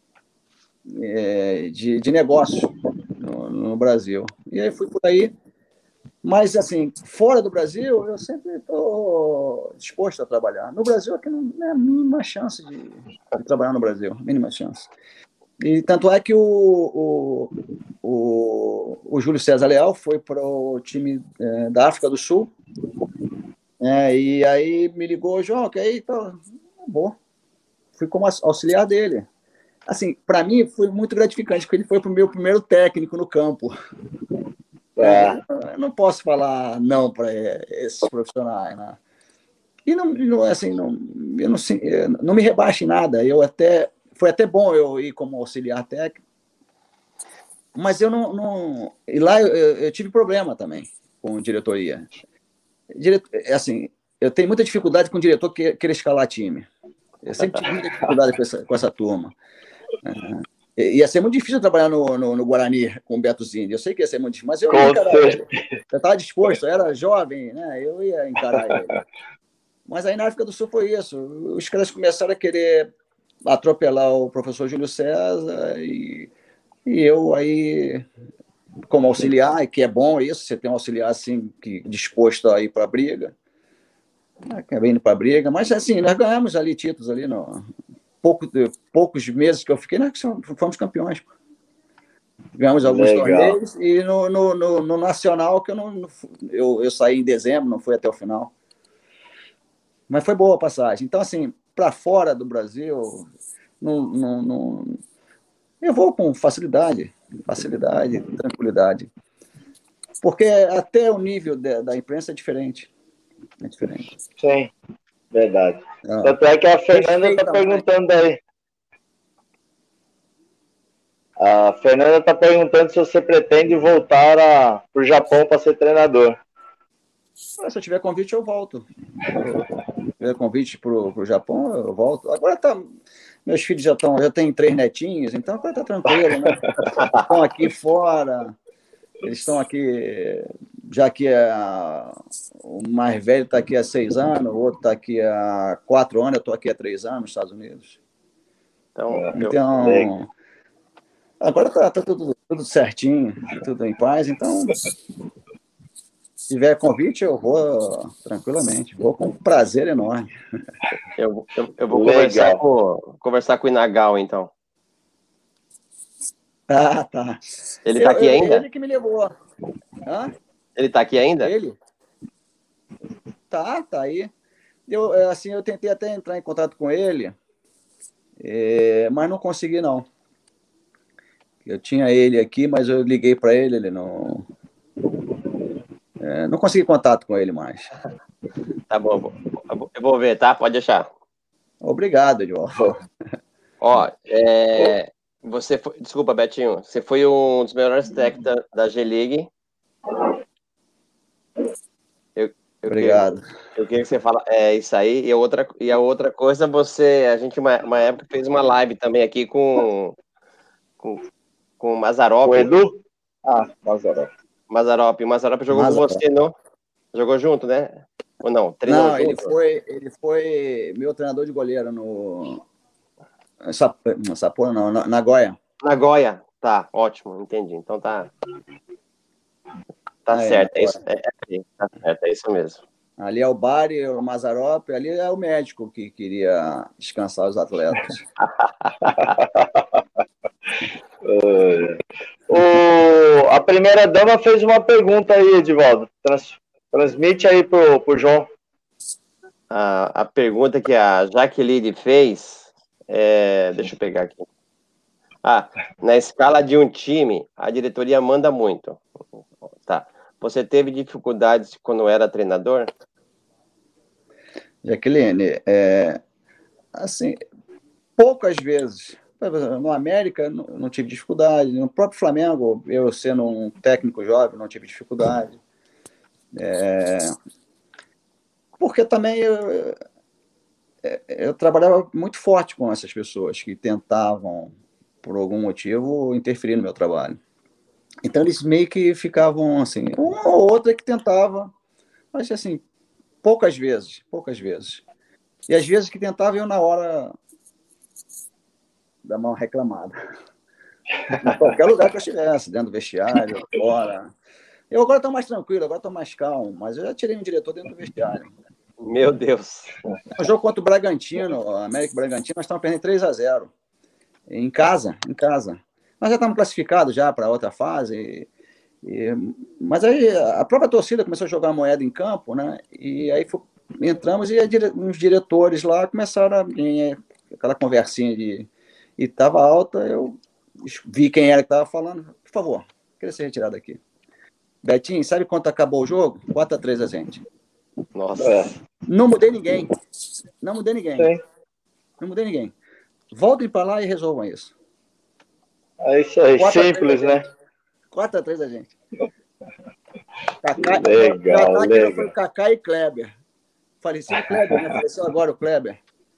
de negócios no Brasil. E aí fui por aí. Mas, assim, fora do Brasil, eu sempre estou disposto a trabalhar. No Brasil, aqui não é a mínima chance de trabalhar no Brasil, mínima chance. E tanto é que o Júlio César Leal foi para o time da África do Sul, e aí me ligou, João, que aí tá bom. Fui como auxiliar dele. Assim, para mim foi muito gratificante, porque ele foi o meu primeiro técnico no campo. Eu não posso falar não para esses profissionais, né? E não assim, eu não me rebaixa em nada. Foi até bom eu ir como auxiliar técnico, mas eu não. E lá eu tive problema também com diretoria. Assim, eu tenho muita dificuldade com o diretor que querer escalar time. Eu sempre tive muita dificuldade com essa turma. Ia ser muito difícil trabalhar no Guarani com o Beto Zini. Eu sei que ia ser muito difícil, mas eu ia encarar ele. Eu estava disposto, eu era jovem, né? Eu ia encarar ele. Mas aí na África do Sul foi isso. Os caras começaram a querer atropelar o professor Júlio César e eu aí, como auxiliar, que é bom isso, você tem um auxiliar assim, disposto a ir para a briga. Acabei indo para a briga, mas assim, nós ganhamos ali títulos ali poucos meses que eu fiquei, nós fomos campeões. Ganhamos alguns torneios e no Nacional, que eu saí em dezembro, não fui até o final. Mas foi boa a passagem. Então, assim, para fora do Brasil, eu vou com facilidade, tranquilidade. Porque até o nível da imprensa é diferente. É diferente. Sim, verdade. Tanto é que a Fernanda está perguntando aí. A Fernanda está perguntando se você pretende voltar para o Japão para ser treinador. Se eu tiver convite, eu volto. Se tiver convite para o Japão, eu volto. Agora meus filhos já têm 3 netinhos, então agora está tranquilo, né? Estão aqui fora, eles estão aqui, já que o mais velho está aqui há 6 anos, o outro está aqui há 4 anos, eu estou aqui há 3 anos nos Estados Unidos. Então agora está tudo certinho, tudo em paz, então se tiver convite, eu vou tranquilamente, vou com um prazer enorme. Eu vou conversar com o Inagal, então. Ah, tá. Ele está aqui ainda? Ele que me levou. Hã? Ele está aqui ainda? Ele? Tá aí. Eu tentei até entrar em contato com ele, mas não consegui, não. Eu tinha ele aqui, mas eu liguei para ele, ele não consegui contato com ele mais. Tá bom, eu vou ver, tá? Pode deixar. Obrigado, Edvaldo. Ó, desculpa, Betinho, você foi um dos melhores técnicos da G-League. Obrigado. Eu queria que você fala isso aí. E a outra coisa, a gente uma época fez uma live também aqui com o Mazarop. O Edu? Mazarop. O Mazarop jogou com você, não? Jogou junto, né? Ou não? Treinou não, junto? Ele foi meu treinador de goleiro no Sapporo, não, Nagoya. Nagoya, tá, ótimo, entendi. Então tá certo, tá certo, é isso mesmo. Ali é o Bari, o Mazarop, ali é o médico que queria descansar os atletas. A primeira dama fez uma pergunta aí, Edvaldo. Transmite aí pro João. A pergunta que a Jaqueline fez, deixa eu pegar aqui. Na escala de um time, a diretoria manda muito. Tá. Você teve dificuldades quando era treinador? Jaqueline, assim, poucas vezes. No América, não tive dificuldade. No próprio Flamengo, eu sendo um técnico jovem, não tive dificuldade. Porque também eu trabalhava muito forte com essas pessoas que tentavam, por algum motivo, interferir no meu trabalho. Então, eles meio que ficavam assim, uma ou outra que tentava, mas assim, poucas vezes. E às vezes que tentava, eu na hora dar uma reclamada. Em qualquer lugar que eu estivesse, dentro do vestiário, fora. Eu agora estou mais tranquilo, agora estou mais calmo, mas eu já tirei um diretor dentro do vestiário. Meu Deus. No jogo contra o Bragantino, o América Bragantino, nós estamos perdendo 3-0. Em casa. Nós já estamos classificados já para outra fase. Mas aí a própria torcida começou a jogar a moeda em campo, né? E aí entramos e uns diretores lá começaram aquela conversinha e estava alta, eu vi quem era que estava falando, por favor, queria ser retirado aqui. Betinho, sabe quanto acabou o jogo? 4-3 a gente. Nossa. Não mudei ninguém. Não mudei ninguém. Sim. Não mudei ninguém. Voltem para lá e resolvam isso. É isso aí, 4-3 simples, a né? gente. 4-3 a gente. Kaká, Legal, meu ataque legal. foi Kaká e Kleber. Falecido Kleber, né? Faleceu agora o Kleber.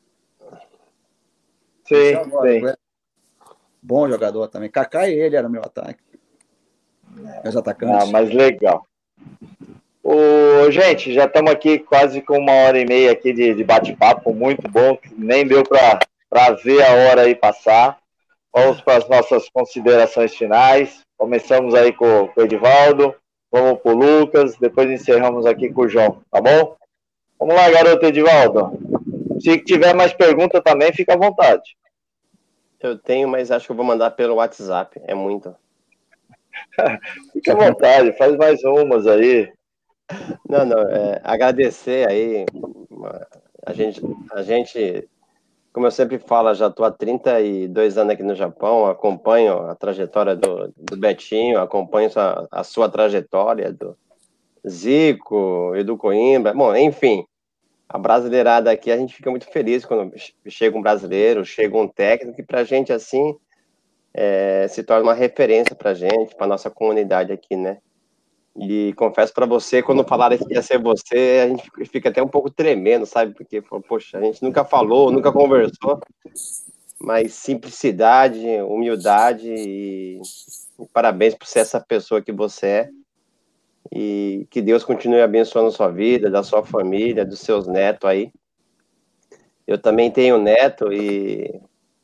Faleceu Sim, agora o sim. Kleber. Bom jogador também. Kaká e ele era meu ataque. Meus atacantes. Mas legal. Gente, já estamos aqui quase com 1h30 aqui de bate-papo, muito bom, nem deu para ver a hora aí passar. Vamos para as nossas considerações finais. Começamos aí com o Edivaldo, vamos para o Lucas, depois encerramos aqui com o João, tá bom? Vamos lá, garoto Edivaldo. Se tiver mais pergunta também, fica à vontade. Eu tenho, mas acho que eu vou mandar pelo WhatsApp, é muito. Fica à vontade, faz mais umas aí. Não, agradecer aí, a gente, como eu sempre falo, já estou há 32 anos aqui no Japão, acompanho a trajetória do Betinho, acompanho a sua trajetória, do Zico e do Coimbra, bom, enfim, a brasileirada aqui, a gente fica muito feliz quando chega um brasileiro, chega um técnico, que pra gente, assim, se torna uma referência pra gente, pra nossa comunidade aqui, né? E confesso para você, quando falaram que ia ser você, a gente fica até um pouco tremendo, sabe? Porque, poxa, a gente nunca falou, nunca conversou, mas simplicidade, humildade e parabéns por ser essa pessoa que você é. E que Deus continue abençoando a sua vida, da sua família, dos seus netos aí. Eu também tenho neto e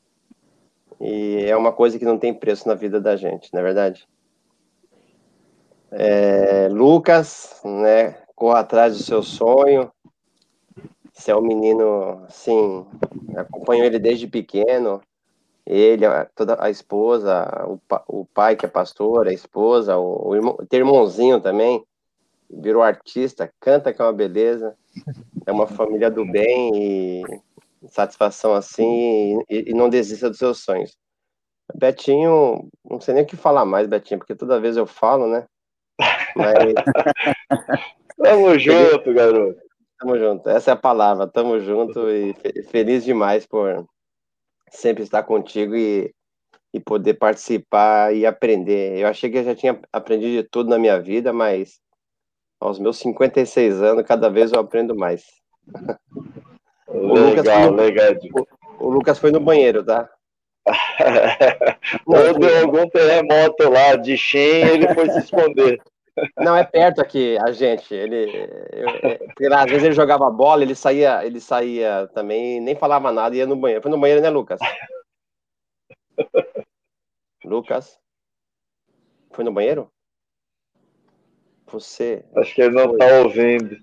é uma coisa que não tem preço na vida da gente, não é verdade? Lucas, né, corra atrás do seu sonho. Você é um menino, assim, acompanho ele desde pequeno. Ele, toda a esposa, o pai que é pastor, a esposa, o irmão, tem irmãozinho também, virou artista, canta que é uma beleza. É uma família do bem e satisfação assim, e não desista dos seus sonhos. Betinho, não sei nem o que falar mais, Betinho, porque toda vez eu falo, né? Mas Tamo junto, garoto. tamo junto, essa é a palavra, tamo junto e feliz demais por sempre estar contigo e poder participar e aprender. Eu achei que eu já tinha aprendido de tudo na minha vida, mas aos meus 56 anos, cada vez eu aprendo mais. O Lucas foi no banheiro, tá? Ou deu algum terremoto lá de Shin, ele foi se esconder. Não, é perto aqui, a gente. Porque às vezes ele jogava bola, ele saía também, nem falava nada e ia no banheiro. Foi no banheiro, né, Lucas? Lucas? Foi no banheiro? Você. Acho que ele não tá ouvindo.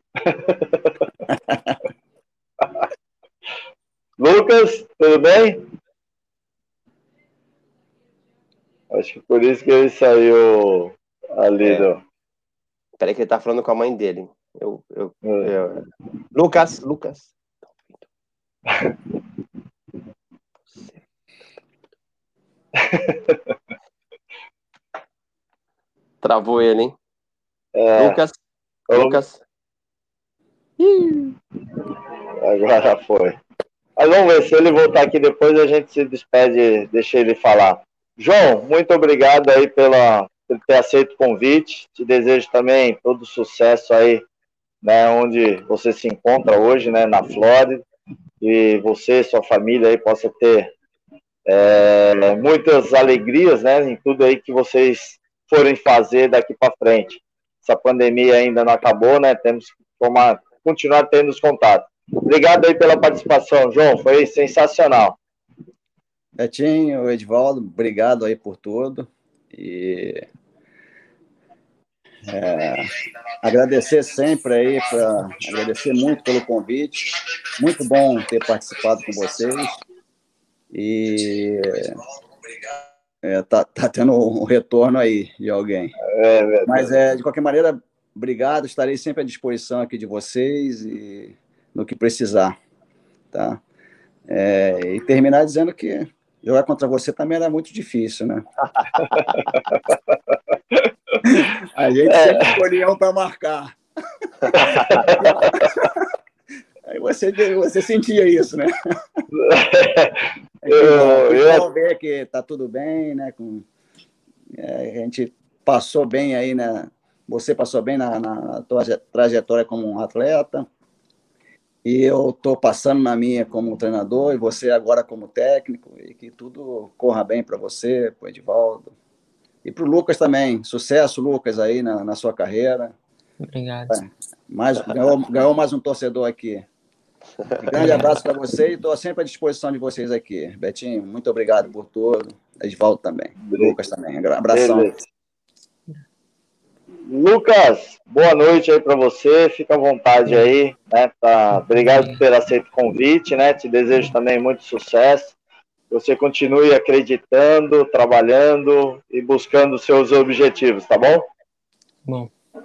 Lucas, tudo bem? Acho que por isso que ele saiu ali do... Peraí que ele tá falando com a mãe dele. Lucas. Travou ele, hein? Lucas. Agora foi. Mas vamos ver, se ele voltar aqui depois, a gente se despede, deixa ele falar. João, muito obrigado aí por ter aceito o convite. Te desejo também todo sucesso aí, né, onde você se encontra hoje, né, na Flórida. E você e sua família aí possa ter muitas alegrias, né, em tudo aí que vocês forem fazer daqui para frente. Essa pandemia ainda não acabou, né, temos que continuar tendo os contatos. Obrigado aí pela participação, João, foi sensacional. Betinho, Edivaldo, obrigado aí por tudo. E agradecer sempre aí, agradecer muito pelo convite. Muito bom ter participado com vocês. E tá tendo um retorno aí de alguém. Mas, de qualquer maneira, obrigado. Estarei sempre à disposição aqui de vocês e no que precisar. Tá? E terminar dizendo que jogar contra você também era muito difícil, né? A gente sempre escolhia um para marcar. você sentia isso, né? Eu ver que está tudo bem, né? A gente passou bem aí, né? Você passou bem na tua trajetória como um atleta, e eu estou passando na minha como treinador, e você agora como técnico, e que tudo corra bem para você, para o Edivaldo, e para o Lucas também. Sucesso, Lucas, aí na sua carreira. Obrigado. Ganhou mais um torcedor aqui. Um grande abraço para você e estou sempre à disposição de vocês aqui. Betinho, muito obrigado por tudo. Edivaldo também. Lucas também. Abração. Beleza. Lucas, boa noite aí para você. Fica à vontade aí, né? Obrigado por ter aceito o convite, né? Te desejo também muito sucesso. Que você continue acreditando, trabalhando e buscando os seus objetivos, tá bom? Bom.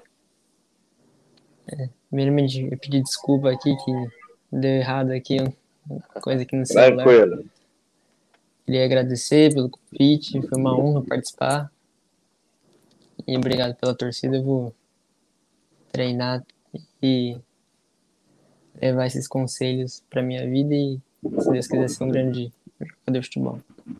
Primeiramente, eu pedi desculpa aqui que deu errado aqui, uma coisa aqui no celular. Tranquilo. Queria agradecer pelo convite, foi uma honra participar. E obrigado pela torcida, eu vou treinar e levar esses conselhos para minha vida e, se Deus quiser, ser um grande jogador de futebol.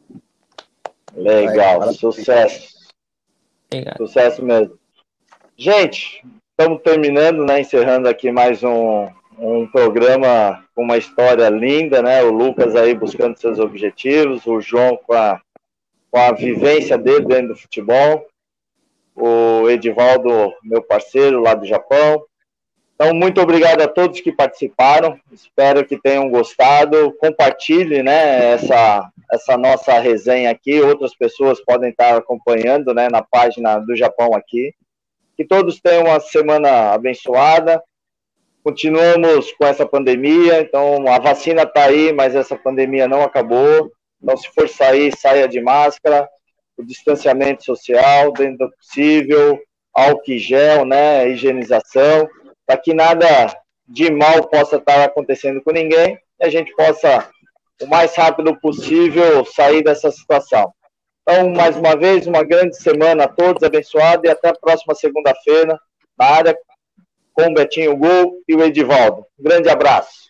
Legal, sucesso. Obrigado. Sucesso mesmo. Gente, estamos terminando, né? Encerrando aqui mais um programa com uma história linda, né? O Lucas aí buscando seus objetivos, o João com a vivência dele dentro do futebol, o Edivaldo, meu parceiro lá do Japão. Então, muito obrigado a todos que participaram. Espero que tenham gostado. Compartilhe, né, essa nossa resenha aqui. Outras pessoas podem estar acompanhando, né, na página do Japão aqui. Que todos tenham uma semana abençoada. Continuamos com essa pandemia. Então, a vacina está aí, mas essa pandemia não acabou. Então, se for sair, saia de máscara. O distanciamento social, dentro do possível. Álcool e gel, né, higienização. Para que nada de mal possa estar acontecendo com ninguém e a gente possa, o mais rápido possível, sair dessa situação. Então, mais uma vez, uma grande semana a todos, abençoada, e até a próxima segunda-feira, na área, com o Betinho Gol e o Edivaldo. Um grande abraço.